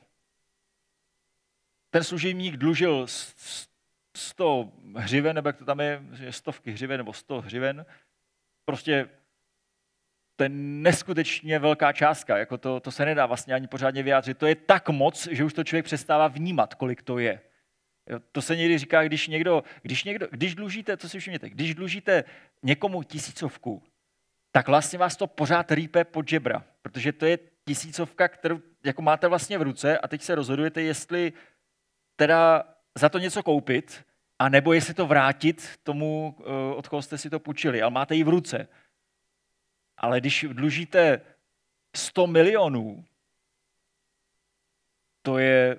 Ten služebník dlužil 100 hřiven, nebo jak to tam je, 100 hřiven nebo 100 hřiven. Prostě to je neskutečně velká částka, jako to se nedá vlastně ani pořádně vyjádřit. To je tak moc, že už to člověk přestává vnímat, kolik to je. To se někdy říká, když dlužíte, to si všimněte, když dlužíte někomu 1000, tak vlastně vás to pořád rýpe pod žebra, protože to je 1000, kterou jako máte vlastně v ruce a teď se rozhodujete, jestli teda za to něco koupit, a nebo jestli to vrátit tomu, od koho jste si to půjčili, ale máte ji v ruce. Ale když dlužíte 100 milionů, to je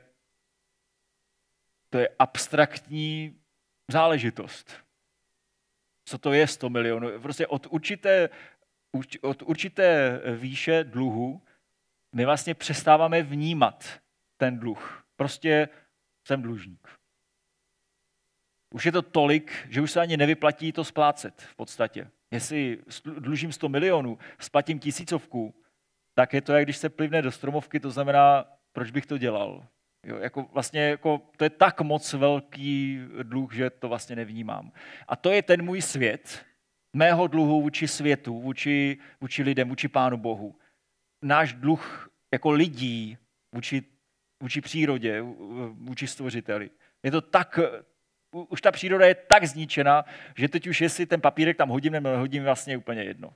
abstraktní záležitost. Co to je 100 milionů? Prostě od určité výše dluhu my vlastně přestáváme vnímat ten dluh. Prostě jsem dlužník. Už je to tolik, že už se ani nevyplatí to splácet v podstatě. Jestli dlužím 100 milionů, splatím 1000, tak je to, jak když se plivne do stromovky, to znamená, proč bych to dělal. Jo, to je tak moc velký dluh, že to vlastně nevnímám. A to je ten můj svět, mého dluhu vůči světu, vůči lidem, vůči Pánu Bohu. Náš dluh jako lidí vůči přírodě, vůči stvořiteli. Je to tak, už ta příroda je tak zničena, že teď už jestli ten papírek tam hodím nebo nehodím, vlastně úplně jedno.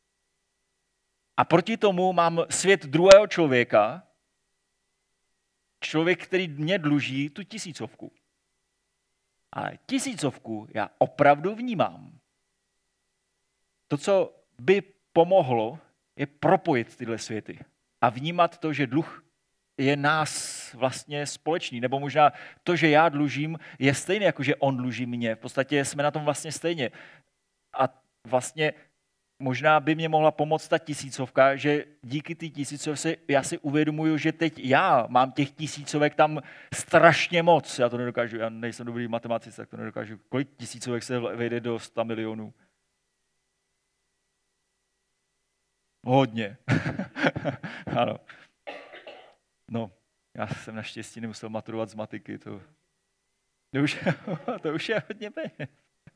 A proti tomu mám svět druhého člověka, člověk, který mě dluží tu 1000. Ale 1000 já opravdu vnímám. To, co by pomohlo, je propojit tyhle světy a vnímat to, že dluh je nás vlastně společný, nebo možná to, že já dlužím, je stejné, jako že on dluží mě. V podstatě jsme na tom vlastně stejně. A vlastně možná by mě mohla pomoct ta 1000, že díky té 1000 já si uvědomuju, že teď já mám těch 1000 tam strašně moc. Já to nedokážu, já nejsem dobrý matematice, tak to nedokážu. Kolik 1000 se vejde do 100 milionů? Hodně. Ano. No, já jsem naštěstí nemusel maturovat z matiky, to už je hodně peněz.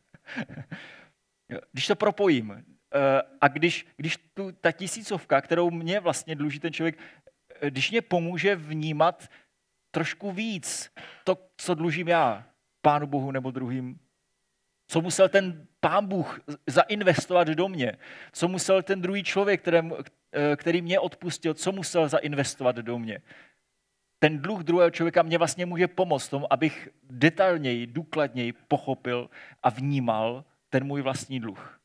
Když to propojím a když ta 1000, kterou mě vlastně dluží ten člověk, když mě pomůže vnímat trošku víc to, co dlužím já, Pánu Bohu nebo druhým, co musel ten Pán Bůh zainvestovat do mě, co musel ten druhý člověk, který mě odpustil, co musel zainvestovat do mě. Ten dluh druhého člověka mě vlastně může pomoct tomu, abych detailněji, důkladněji pochopil a vnímal ten můj vlastní dluh.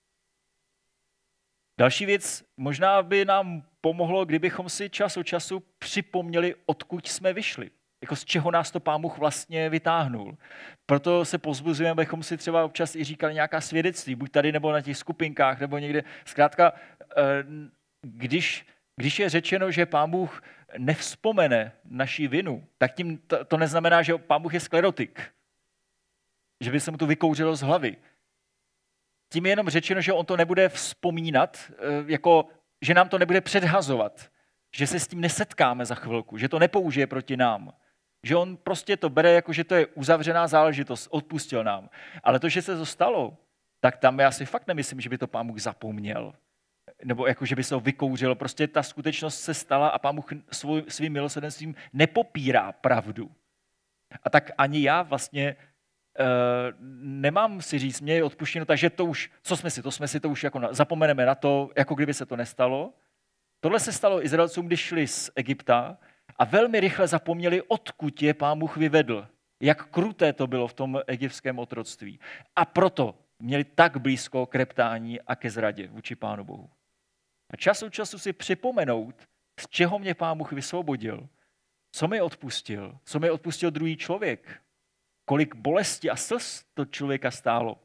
Další věc, možná by nám pomohlo, kdybychom si čas od času připomněli, odkud jsme vyšli. Jako z čeho nás to Pán Bůh vlastně vytáhnul. Proto se povzbuzujeme, abychom si třeba občas i říkali nějaká svědectví, buď tady nebo na těch skupinkách, nebo někde. Zkrátka, když je řečeno, že Pán Bůh nevzpomene naši vinu, tak tím to neznamená, že Pán Bůh je sklerotik. Že by se mu to vykouřilo z hlavy. Tím je jenom řečeno, že on to nebude vzpomínat, jako, že nám to nebude předhazovat, že se s tím nesetkáme za chvilku, že to nepoužije proti nám. Že on prostě to bere jako, že to je uzavřená záležitost, odpustil nám. Ale to, že se to stalo, tak tam já si fakt nemyslím, že by to Pán Bůh zapomněl. Nebo jako, že by se ho vykouřil. Prostě ta skutečnost se stala a Pán Bůh svým milosrdenstvím nepopírá pravdu. A tak ani já vlastně nemám si říct, mě je odpuštěno, takže to už, to jsme si to už jako zapomeneme na to, jako kdyby se to nestalo. Tohle se stalo Izraelcům, když šli z Egypta a velmi rychle zapomněli, odkud je Pán Bůh vyvedl. Jak kruté to bylo v tom egyptském otroctví. A proto měli tak blízko k reptání a ke zradě vůči Pánu Bohu. A čas od času si připomenout, z čeho mě Pán Bůh vysvobodil, co mi odpustil druhý člověk, kolik bolesti a slz to člověka stálo,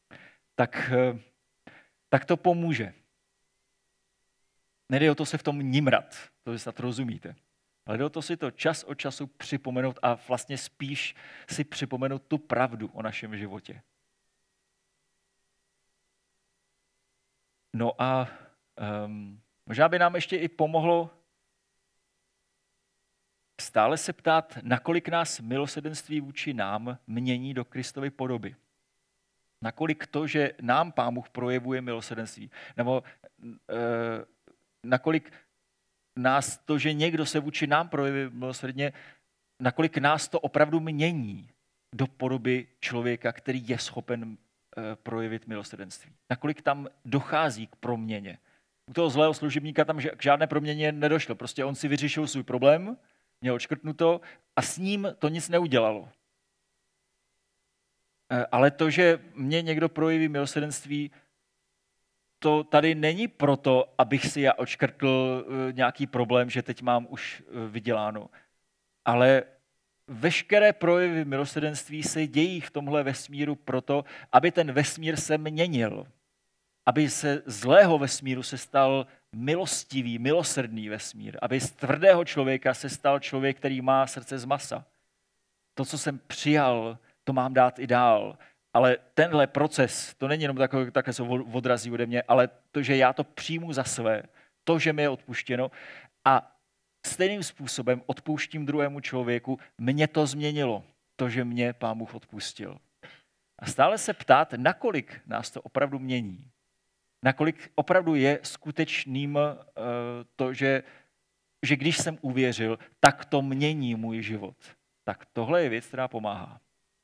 tak to pomůže. Nejde o to se v tom nimrat, to snad rozumíte, ale jde o to si to čas od času připomenout a vlastně spíš si připomenout tu pravdu o našem životě. No a možná by nám ještě i pomohlo stále se ptát, nakolik nás milosrdenství vůči nám mění do Kristovy podoby. Nakolik to, že nám Pán Bůh projevuje milosrdenství, nebo nakolik nás to, že někdo se vůči nám projevuje milosrdně, nakolik nás to opravdu mění do podoby člověka, který je schopen projevit milosrdenství. Nakolik tam dochází k proměně. U toho zlého služebníka tam k žádné proměně nedošlo. Prostě on si vyřešil svůj problém, měl odškrtnuto a s ním to nic neudělalo. Ale to, že mě někdo projeví milosrdenství, to tady není proto, abych si já odškrtl nějaký problém, že teď mám už vyděláno. Ale veškeré projevy milosrdenství se dějí v tomhle vesmíru proto, aby ten vesmír se měnil. Aby se zlého vesmíru se stal milostivý, milosrdný vesmír. Aby z tvrdého člověka se stal člověk, který má srdce z masa. To, co jsem přijal, to mám dát i dál. Ale tenhle proces, to není jenom takhle se odrazí ode mě, ale to, že já to přijmu za své, to, že mi je odpuštěno a stejným způsobem odpouštím druhému člověku, mě to změnilo, to, že mě Pán Bůh odpustil. A stále se ptát, nakolik nás to opravdu mění. Nakolik opravdu je skutečným to, že když jsem uvěřil, tak to mění můj život. Tak tohle je věc, která pomáhá.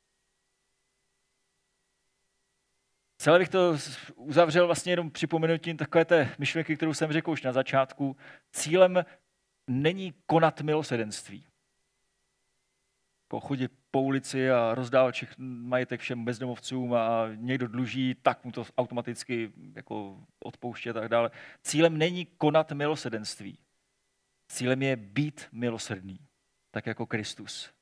Celé bych to uzavřel vlastně jenom připomenutím takové té myšlenky, kterou jsem řekl už na začátku. Cílem není konat milosrdenství. chodit po ulici a rozdávat majetek všem bezdomovcům a někdo dluží, tak mu to automaticky jako odpouště a tak dále. Cílem není konat milosrdenství. Cílem je být milosrdný, tak jako Kristus.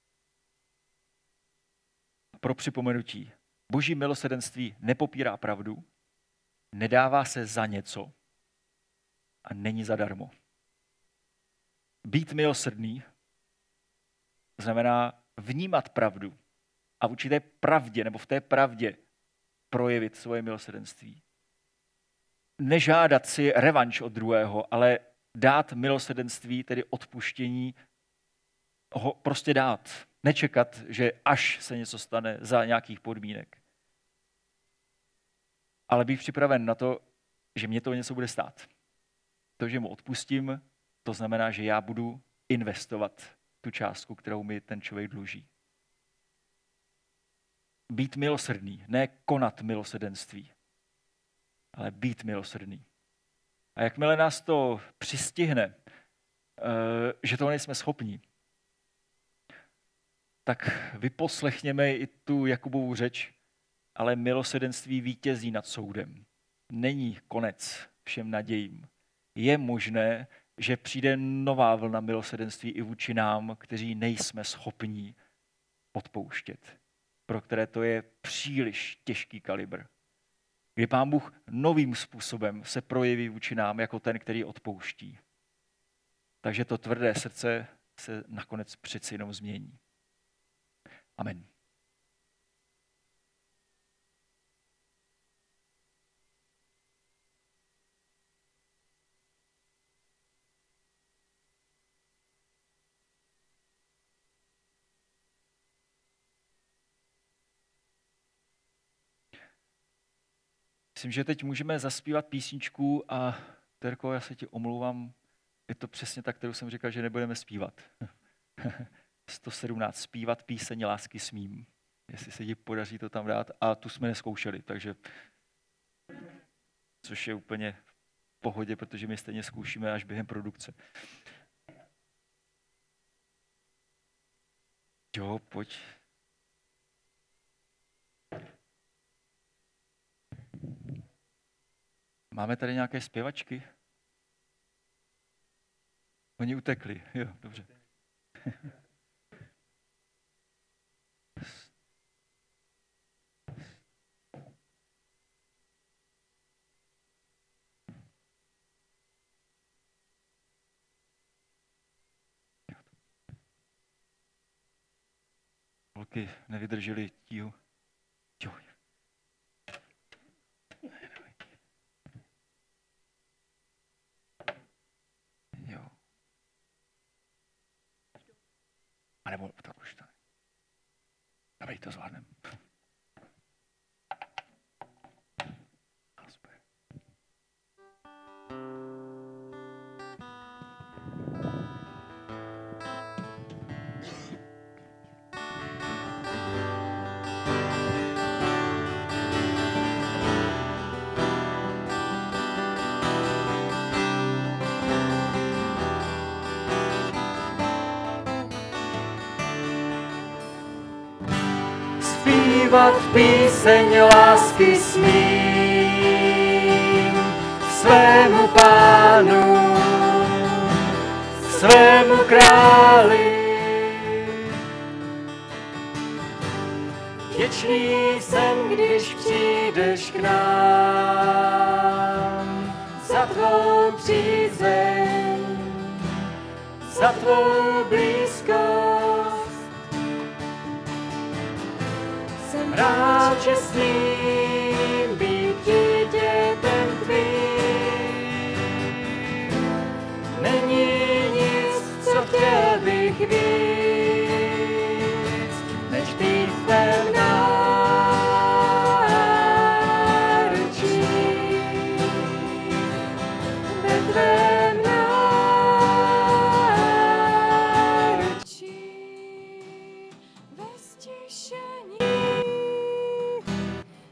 Pro připomenutí, Boží milosrdenství nepopírá pravdu, nedává se za něco a není zadarmo. Být milosrdný znamená vnímat pravdu a v určité pravdě nebo v té pravdě projevit svoje milosrdenství. Nežádat si revanš od druhého, ale dát milosrdenství, tedy odpuštění, ho prostě dát. Nečekat, že až se něco stane za nějakých podmínek. Ale být připraven na to, že mě to něco bude stát. To, že mu odpustím, to znamená, že já budu investovat tu částku, kterou mi ten člověk dluží. Být milosrdný, ne konat milosrdenství, ale být milosrdný. A jakmile nás to přistihne, že toho nejsme schopní, tak vyposlechněme i tu Jakubovu řeč, ale milosrdenství vítězí nad soudem. Není konec všem nadějím. Je možné, že přijde nová vlna milosrdenství i vůči nám, kteří nejsme schopní odpouštět, pro které to je příliš těžký kalibr. Kdy Pán Bůh novým způsobem se projeví vůči nám jako ten, který odpouští. Takže to tvrdé srdce se nakonec přeci jenom změní. Amen. Myslím, že teď můžeme zaspívat písničku a Terko, já se ti omlouvám, je to přesně tak, kterou jsem říkal, že nebudeme zpívat. 117. Zpívat píseň lásky smím. Jestli se ti podaří to tam dát. A tu jsme neskoušeli, takže což je úplně v pohodě, protože my stejně zkoušíme až během produkce. Jo, pojď. Máme tady nějaké zpěvačky? Oni utekli, jo, dobře. Holky nevydrželi tíhu. Jo. Jo. A nebo to už to. Dobrý, to zvládnem. Zpívat píseň lásky smím svému Pánu, svému králi. Vděčný jsem, když přijdeš k nám, za tvou přízeň, za tvou blízkost. Jsem rád, že smím být dítětem tvým. Není nic, co chtěl bych víc, než být v tvém náručí. Ve tvém náručí, ve ztišení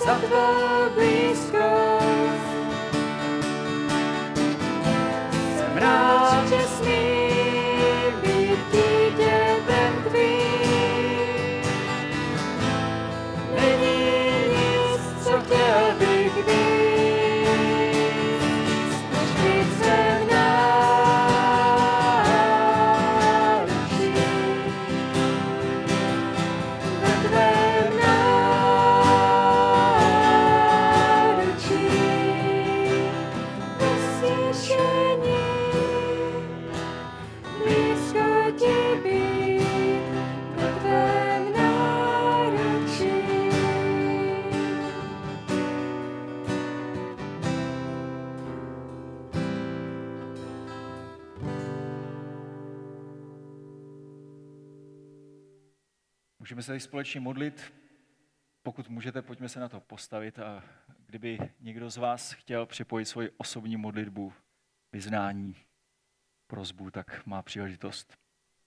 za tvou blízkost. Jsem rád, že smím být dítětem tvým. Není nic, co chtěl bych víc, než být se v náručí. Ve tvém náručí poslyšení, blízko ti být, ve tvém náručí. Můžeme se tady společně modlit. Pokud můžete, pojďme se na to postavit a kdyby někdo z vás chtěl připojit svoji osobní modlitbu, vyznání, prosbu, tak má příležitost.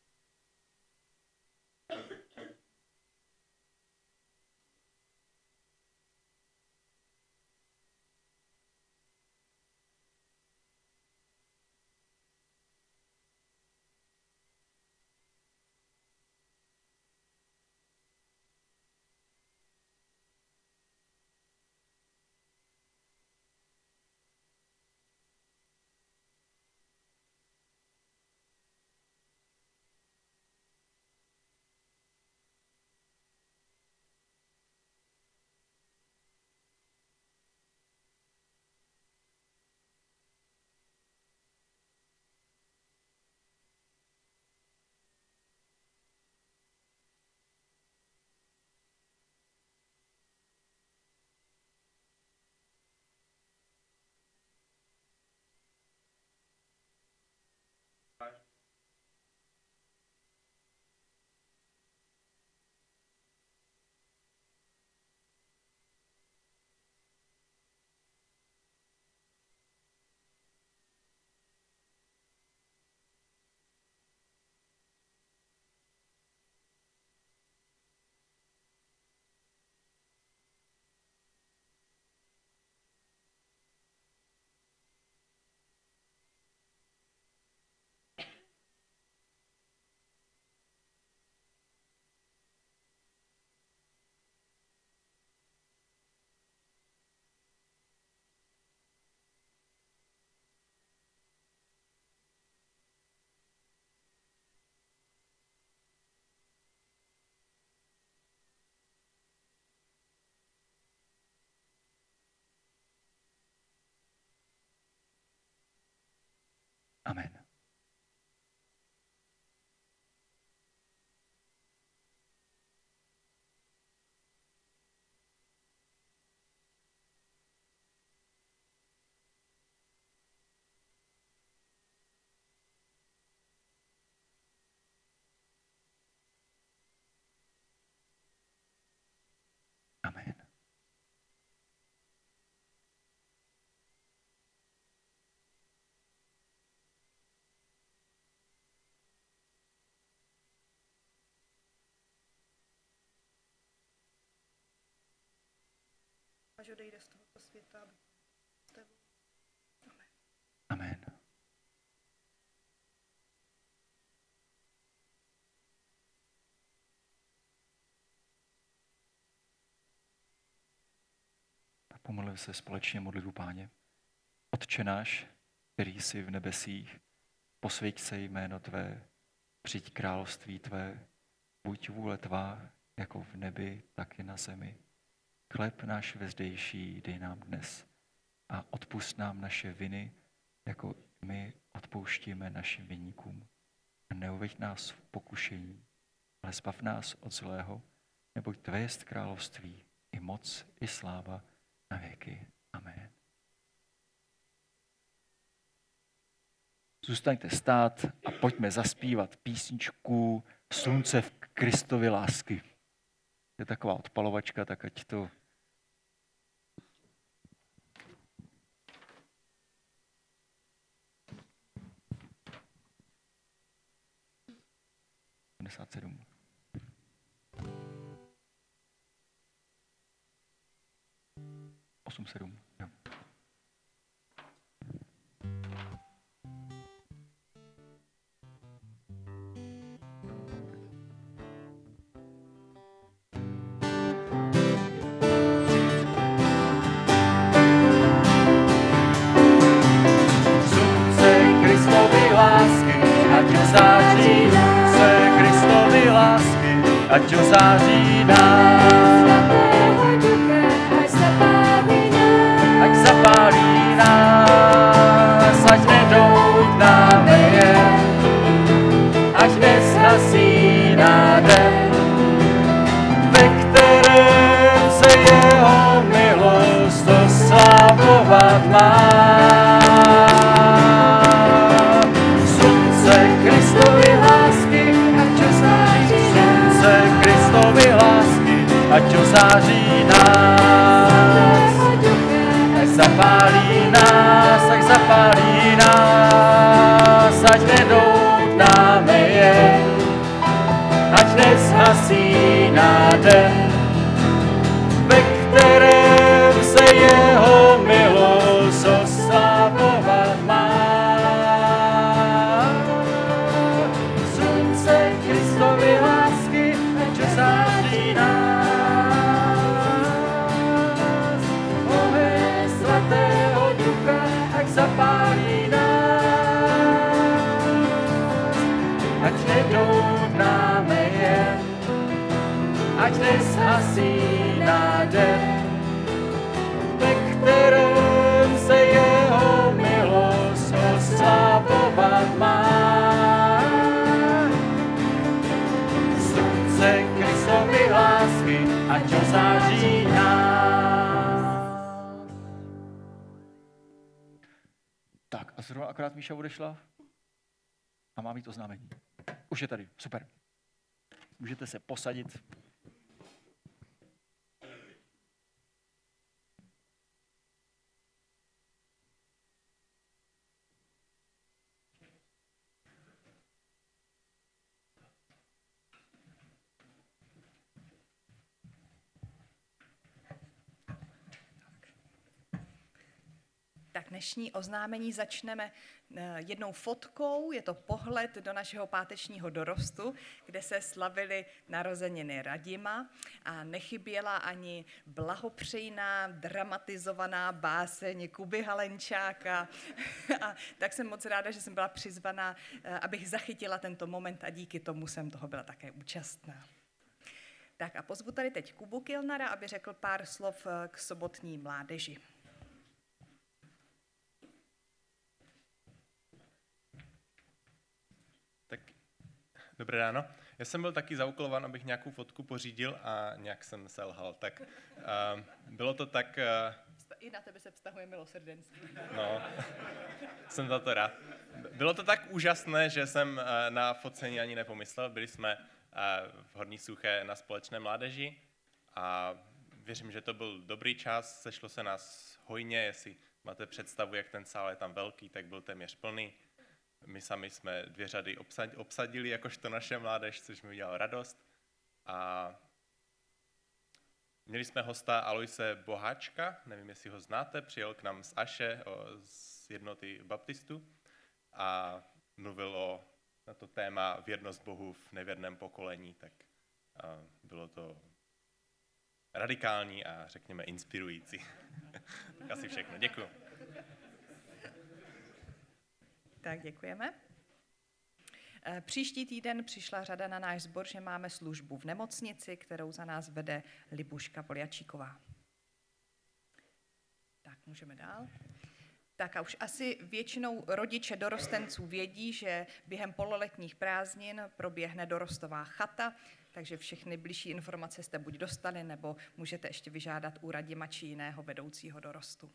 Amen. Amen. Až odejde z tohoto světa, aby s tebou. Amen. A pomodlíme se společně modlitbu Páně. Otče náš, který jsi v nebesích, posvěť se jméno tvé, přijď království tvé, buď vůle tvá, jako v nebi, tak i na zemi. Chléb náš vezdejší dej nám dnes a odpusť nám naše viny, jako my odpouštíme našim viníkům. A neuveď nás v pokušení, ale zbav nás od zlého, neboť tvé jest království, i moc, i sláva na věky. Amen. Zůstaňte stát a pojďme zaspívat písničku Slunce v Kristově lásky. Je taková odpalovačka, tak ať to... 8-7. Jo. Ať ozáří nás, Svatého Ducha, ať zapálí nás, ať nedoutnáme je, ať nezhasíná den, ve kterém se jeho milost oslavovat má. Slunce Kristovy lásky, ať ozáří ať ozáří nás, ať zapálí nás, ať nedoutnáme je, ať nezhasíná den, ve kterém se jeho milost oslavovat má. Slunce Kristovy lásky, ať ozáří nás, zapálí nás, ať nedoutnáme je, ať nezhasíná den, ve kterém se jeho milost oslavovat má. Slunce Kristovy lásky, ať ozáří nás. Tak a zrovna akorát Míša odešla a má mít oznámení. Už je tady, super. Můžete se posadit. Tak dnešní oznámení začneme jednou fotkou, je to pohled do našeho pátečního dorostu, kde se slavily narozeniny Radima a nechyběla ani blahopřejná, dramatizovaná báseň Kuby Halenčáka. A tak jsem moc ráda, že jsem byla přizvaná, abych zachytila tento moment a díky tomu jsem toho byla také účastná. Tak a pozvu tady teď Kubu Kilnara, aby řekl pár slov k sobotní mládeži. Tak, dobré ráno. Já jsem byl taky zaúkolovan, abych nějakou fotku pořídil a nějak jsem selhal. Tak bylo to tak... I na tebe se vztahuje milosrdenství. No, jsem za to rád. Bylo to tak úžasné, že jsem na focení ani nepomyslel. Byli jsme v Horní Suché na společné mládeži a věřím, že to byl dobrý čas. Sešlo se nás hojně, jestli máte představu, jak ten sál je tam velký, tak byl téměř plný. My sami jsme 2 řady obsadili jakožto naše mládež, což mi udělalo radost. A měli jsme hosta Aloise Boháčka, nevím, jestli ho znáte, přijel k nám z Aše, z jednoty baptistů a mluvil na to téma věrnost Bohu v nevěrném pokolení, tak bylo to radikální a řekněme inspirující. Tak asi všechno, děkuji. Tak děkujeme. Příští týden přišla řada na náš sbor, že máme službu v nemocnici, kterou za nás vede Libuška Poljačíková. Tak můžeme dál. Tak a už asi většinou rodiče dorostenců vědí, že během pololetních prázdnin proběhne dorostová chata, takže všechny bližší informace jste buď dostali, nebo můžete ještě vyžádat u Radima či jiného vedoucího dorostu.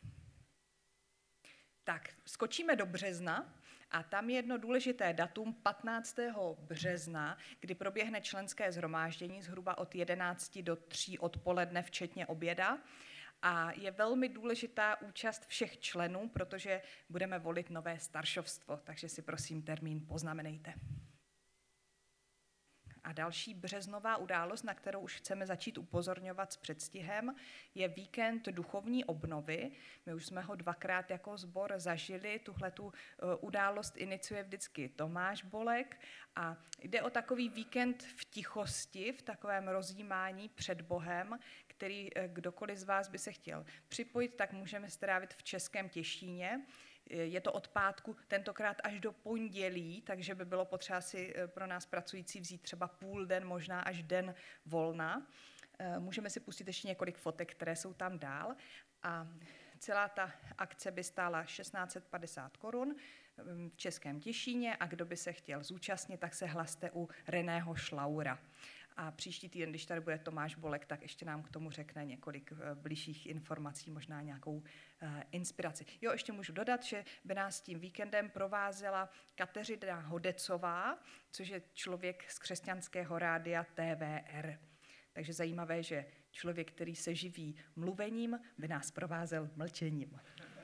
Tak, skočíme do března a tam je jedno důležité datum 15. března, kdy proběhne členské shromáždění zhruba od 11 do 3 odpoledne, včetně oběda. A je velmi důležitá účast všech členů, protože budeme volit nové staršovstvo, takže si prosím termín poznamenejte. A další březnová událost, na kterou už chceme začít upozorňovat s předstihem, je víkend duchovní obnovy. My už jsme ho 2krát jako sbor zažili. Tuhletu událost iniciuje vždycky Tomáš Bolek a jde o takový víkend v tichosti, v takovém rozjímání před Bohem, který kdokoliv z vás by se chtěl připojit, tak můžeme strávit v Českém Těšíně. Je to od pátku, tentokrát až do pondělí, takže by bylo potřeba si pro nás pracující vzít třeba půl den, možná až den volna. Můžeme si pustit ještě několik fotek, které jsou tam dál. A celá ta akce by stála 1650 korun v Českém Těšíně a kdo by se chtěl zúčastnit, tak se hlaste u Reného Šlaura. A příští týden, když tady bude Tomáš Bolek, tak ještě nám k tomu řekne několik bližších informací, možná nějakou inspiraci. Jo, ještě můžu dodat, že by nás tím víkendem provázela Kateřina Hodecová, což je člověk z křesťanského rádia TVR. Takže zajímavé, že člověk, který se živí mluvením, by nás provázel mlčením.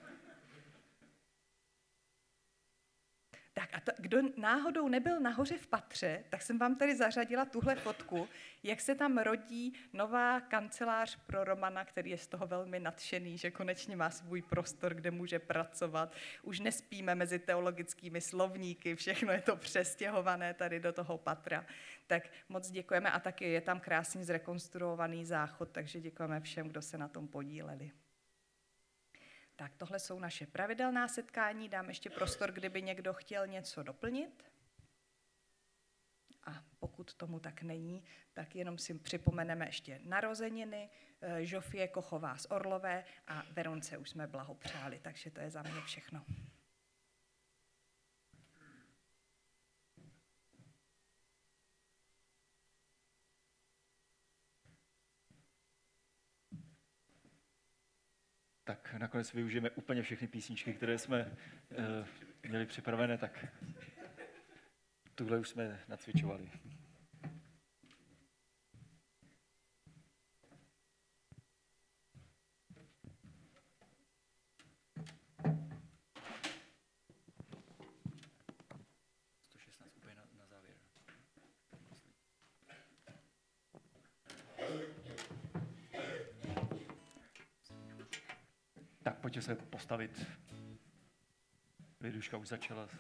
Tak a kdo náhodou nebyl nahoře v patře, tak jsem vám tady zařadila tuhle fotku, jak se tam rodí nová kancelář pro Romana, který je z toho velmi nadšený, že konečně má svůj prostor, kde může pracovat. Už nespíme mezi teologickými slovníky, všechno je to přestěhované tady do toho patra. Tak moc děkujeme a taky je tam krásně zrekonstruovaný záchod, takže děkujeme všem, kdo se na tom podíleli. Tak tohle jsou naše pravidelná setkání, dám ještě prostor, kdyby někdo chtěl něco doplnit. A pokud tomu tak není, tak jenom si připomeneme ještě narozeniny, Žofie Kochová z Orlové a Veronce už jsme blahopřáli, takže to je za mě všechno. Tak nakonec využijeme úplně všechny písničky, které jsme měli připravené, tak tuhle už jsme nacvičovali. Úplně na závěr. Tak pojďte se postavit. Liduška už začala.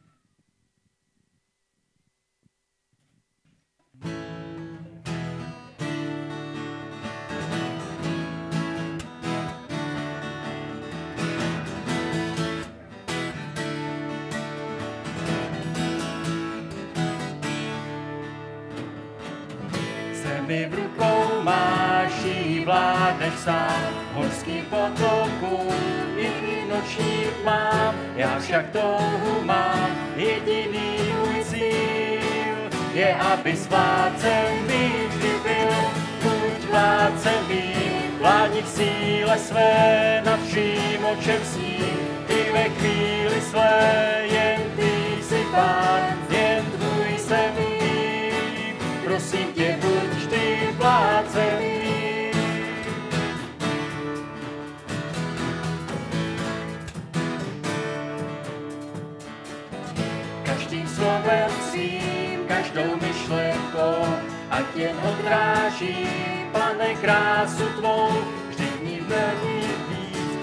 Zemi v rukou máš, jí vládneš sám, horským potokům i noční tmám. Já však touhu mám, jediný můj cíl je, aby vládcem mým vždy byl. Buď vládcem mým, vládni v síle své, nad vším očem sním, i ve chvíli své, jen ty jsi Pán, jen tvůj jsem mým. Prosím tě, buď vždy vládcem mým. Každým slovem svým, každou myšlenkou, ať jen odráží, Pane, krásu tvou, vždy v ní velmi víc.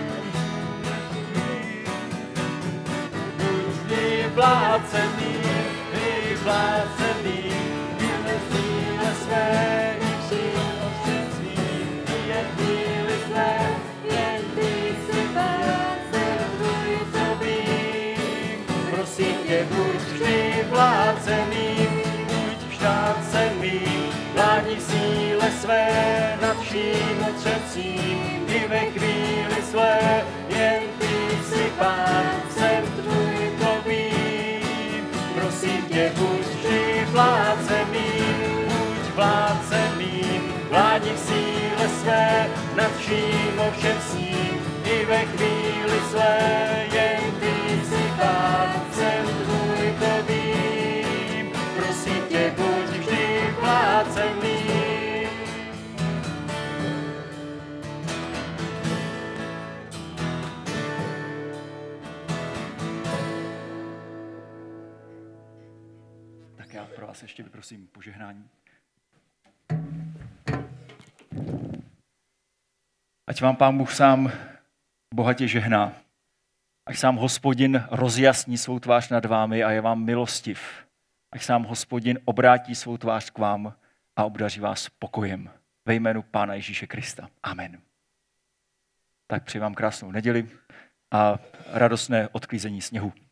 Buď vždy vládcem mým, vždy vládcem mým, v síle své, i vším očem svým, jen chvíli své, jen ty jsi vládcem tvůj sobým. Prosím tě, buď vždy vládcem mým, buď vždácem mým, vládni v síle své, nad vším otřecím, i ve chvíli své, jen ty jsi Pán, jsem tvůj povím. Prosím tě, buď vždy vládcem mým, buď vládcem mým, vládni v síle své, nad vším ovšem sním, i ve chvíli své, jen ty jsi Pán, jsem tvůj povím. Prosím tě, buď vždy vládcem mým. Tak já pro vás ještě vyprosím požehnání. Ať vám Pán Bůh sám bohatě žehná. Ať sám Hospodin rozjasní svou tvář nad vámi a je vám milostiv. Ať sám Hospodin obrátí svou tvář k vám a obdaří vás pokojem. Ve jménu Pána Ježíše Krista. Amen. Tak přeji vám krásnou neděli a radostné odklízení sněhu.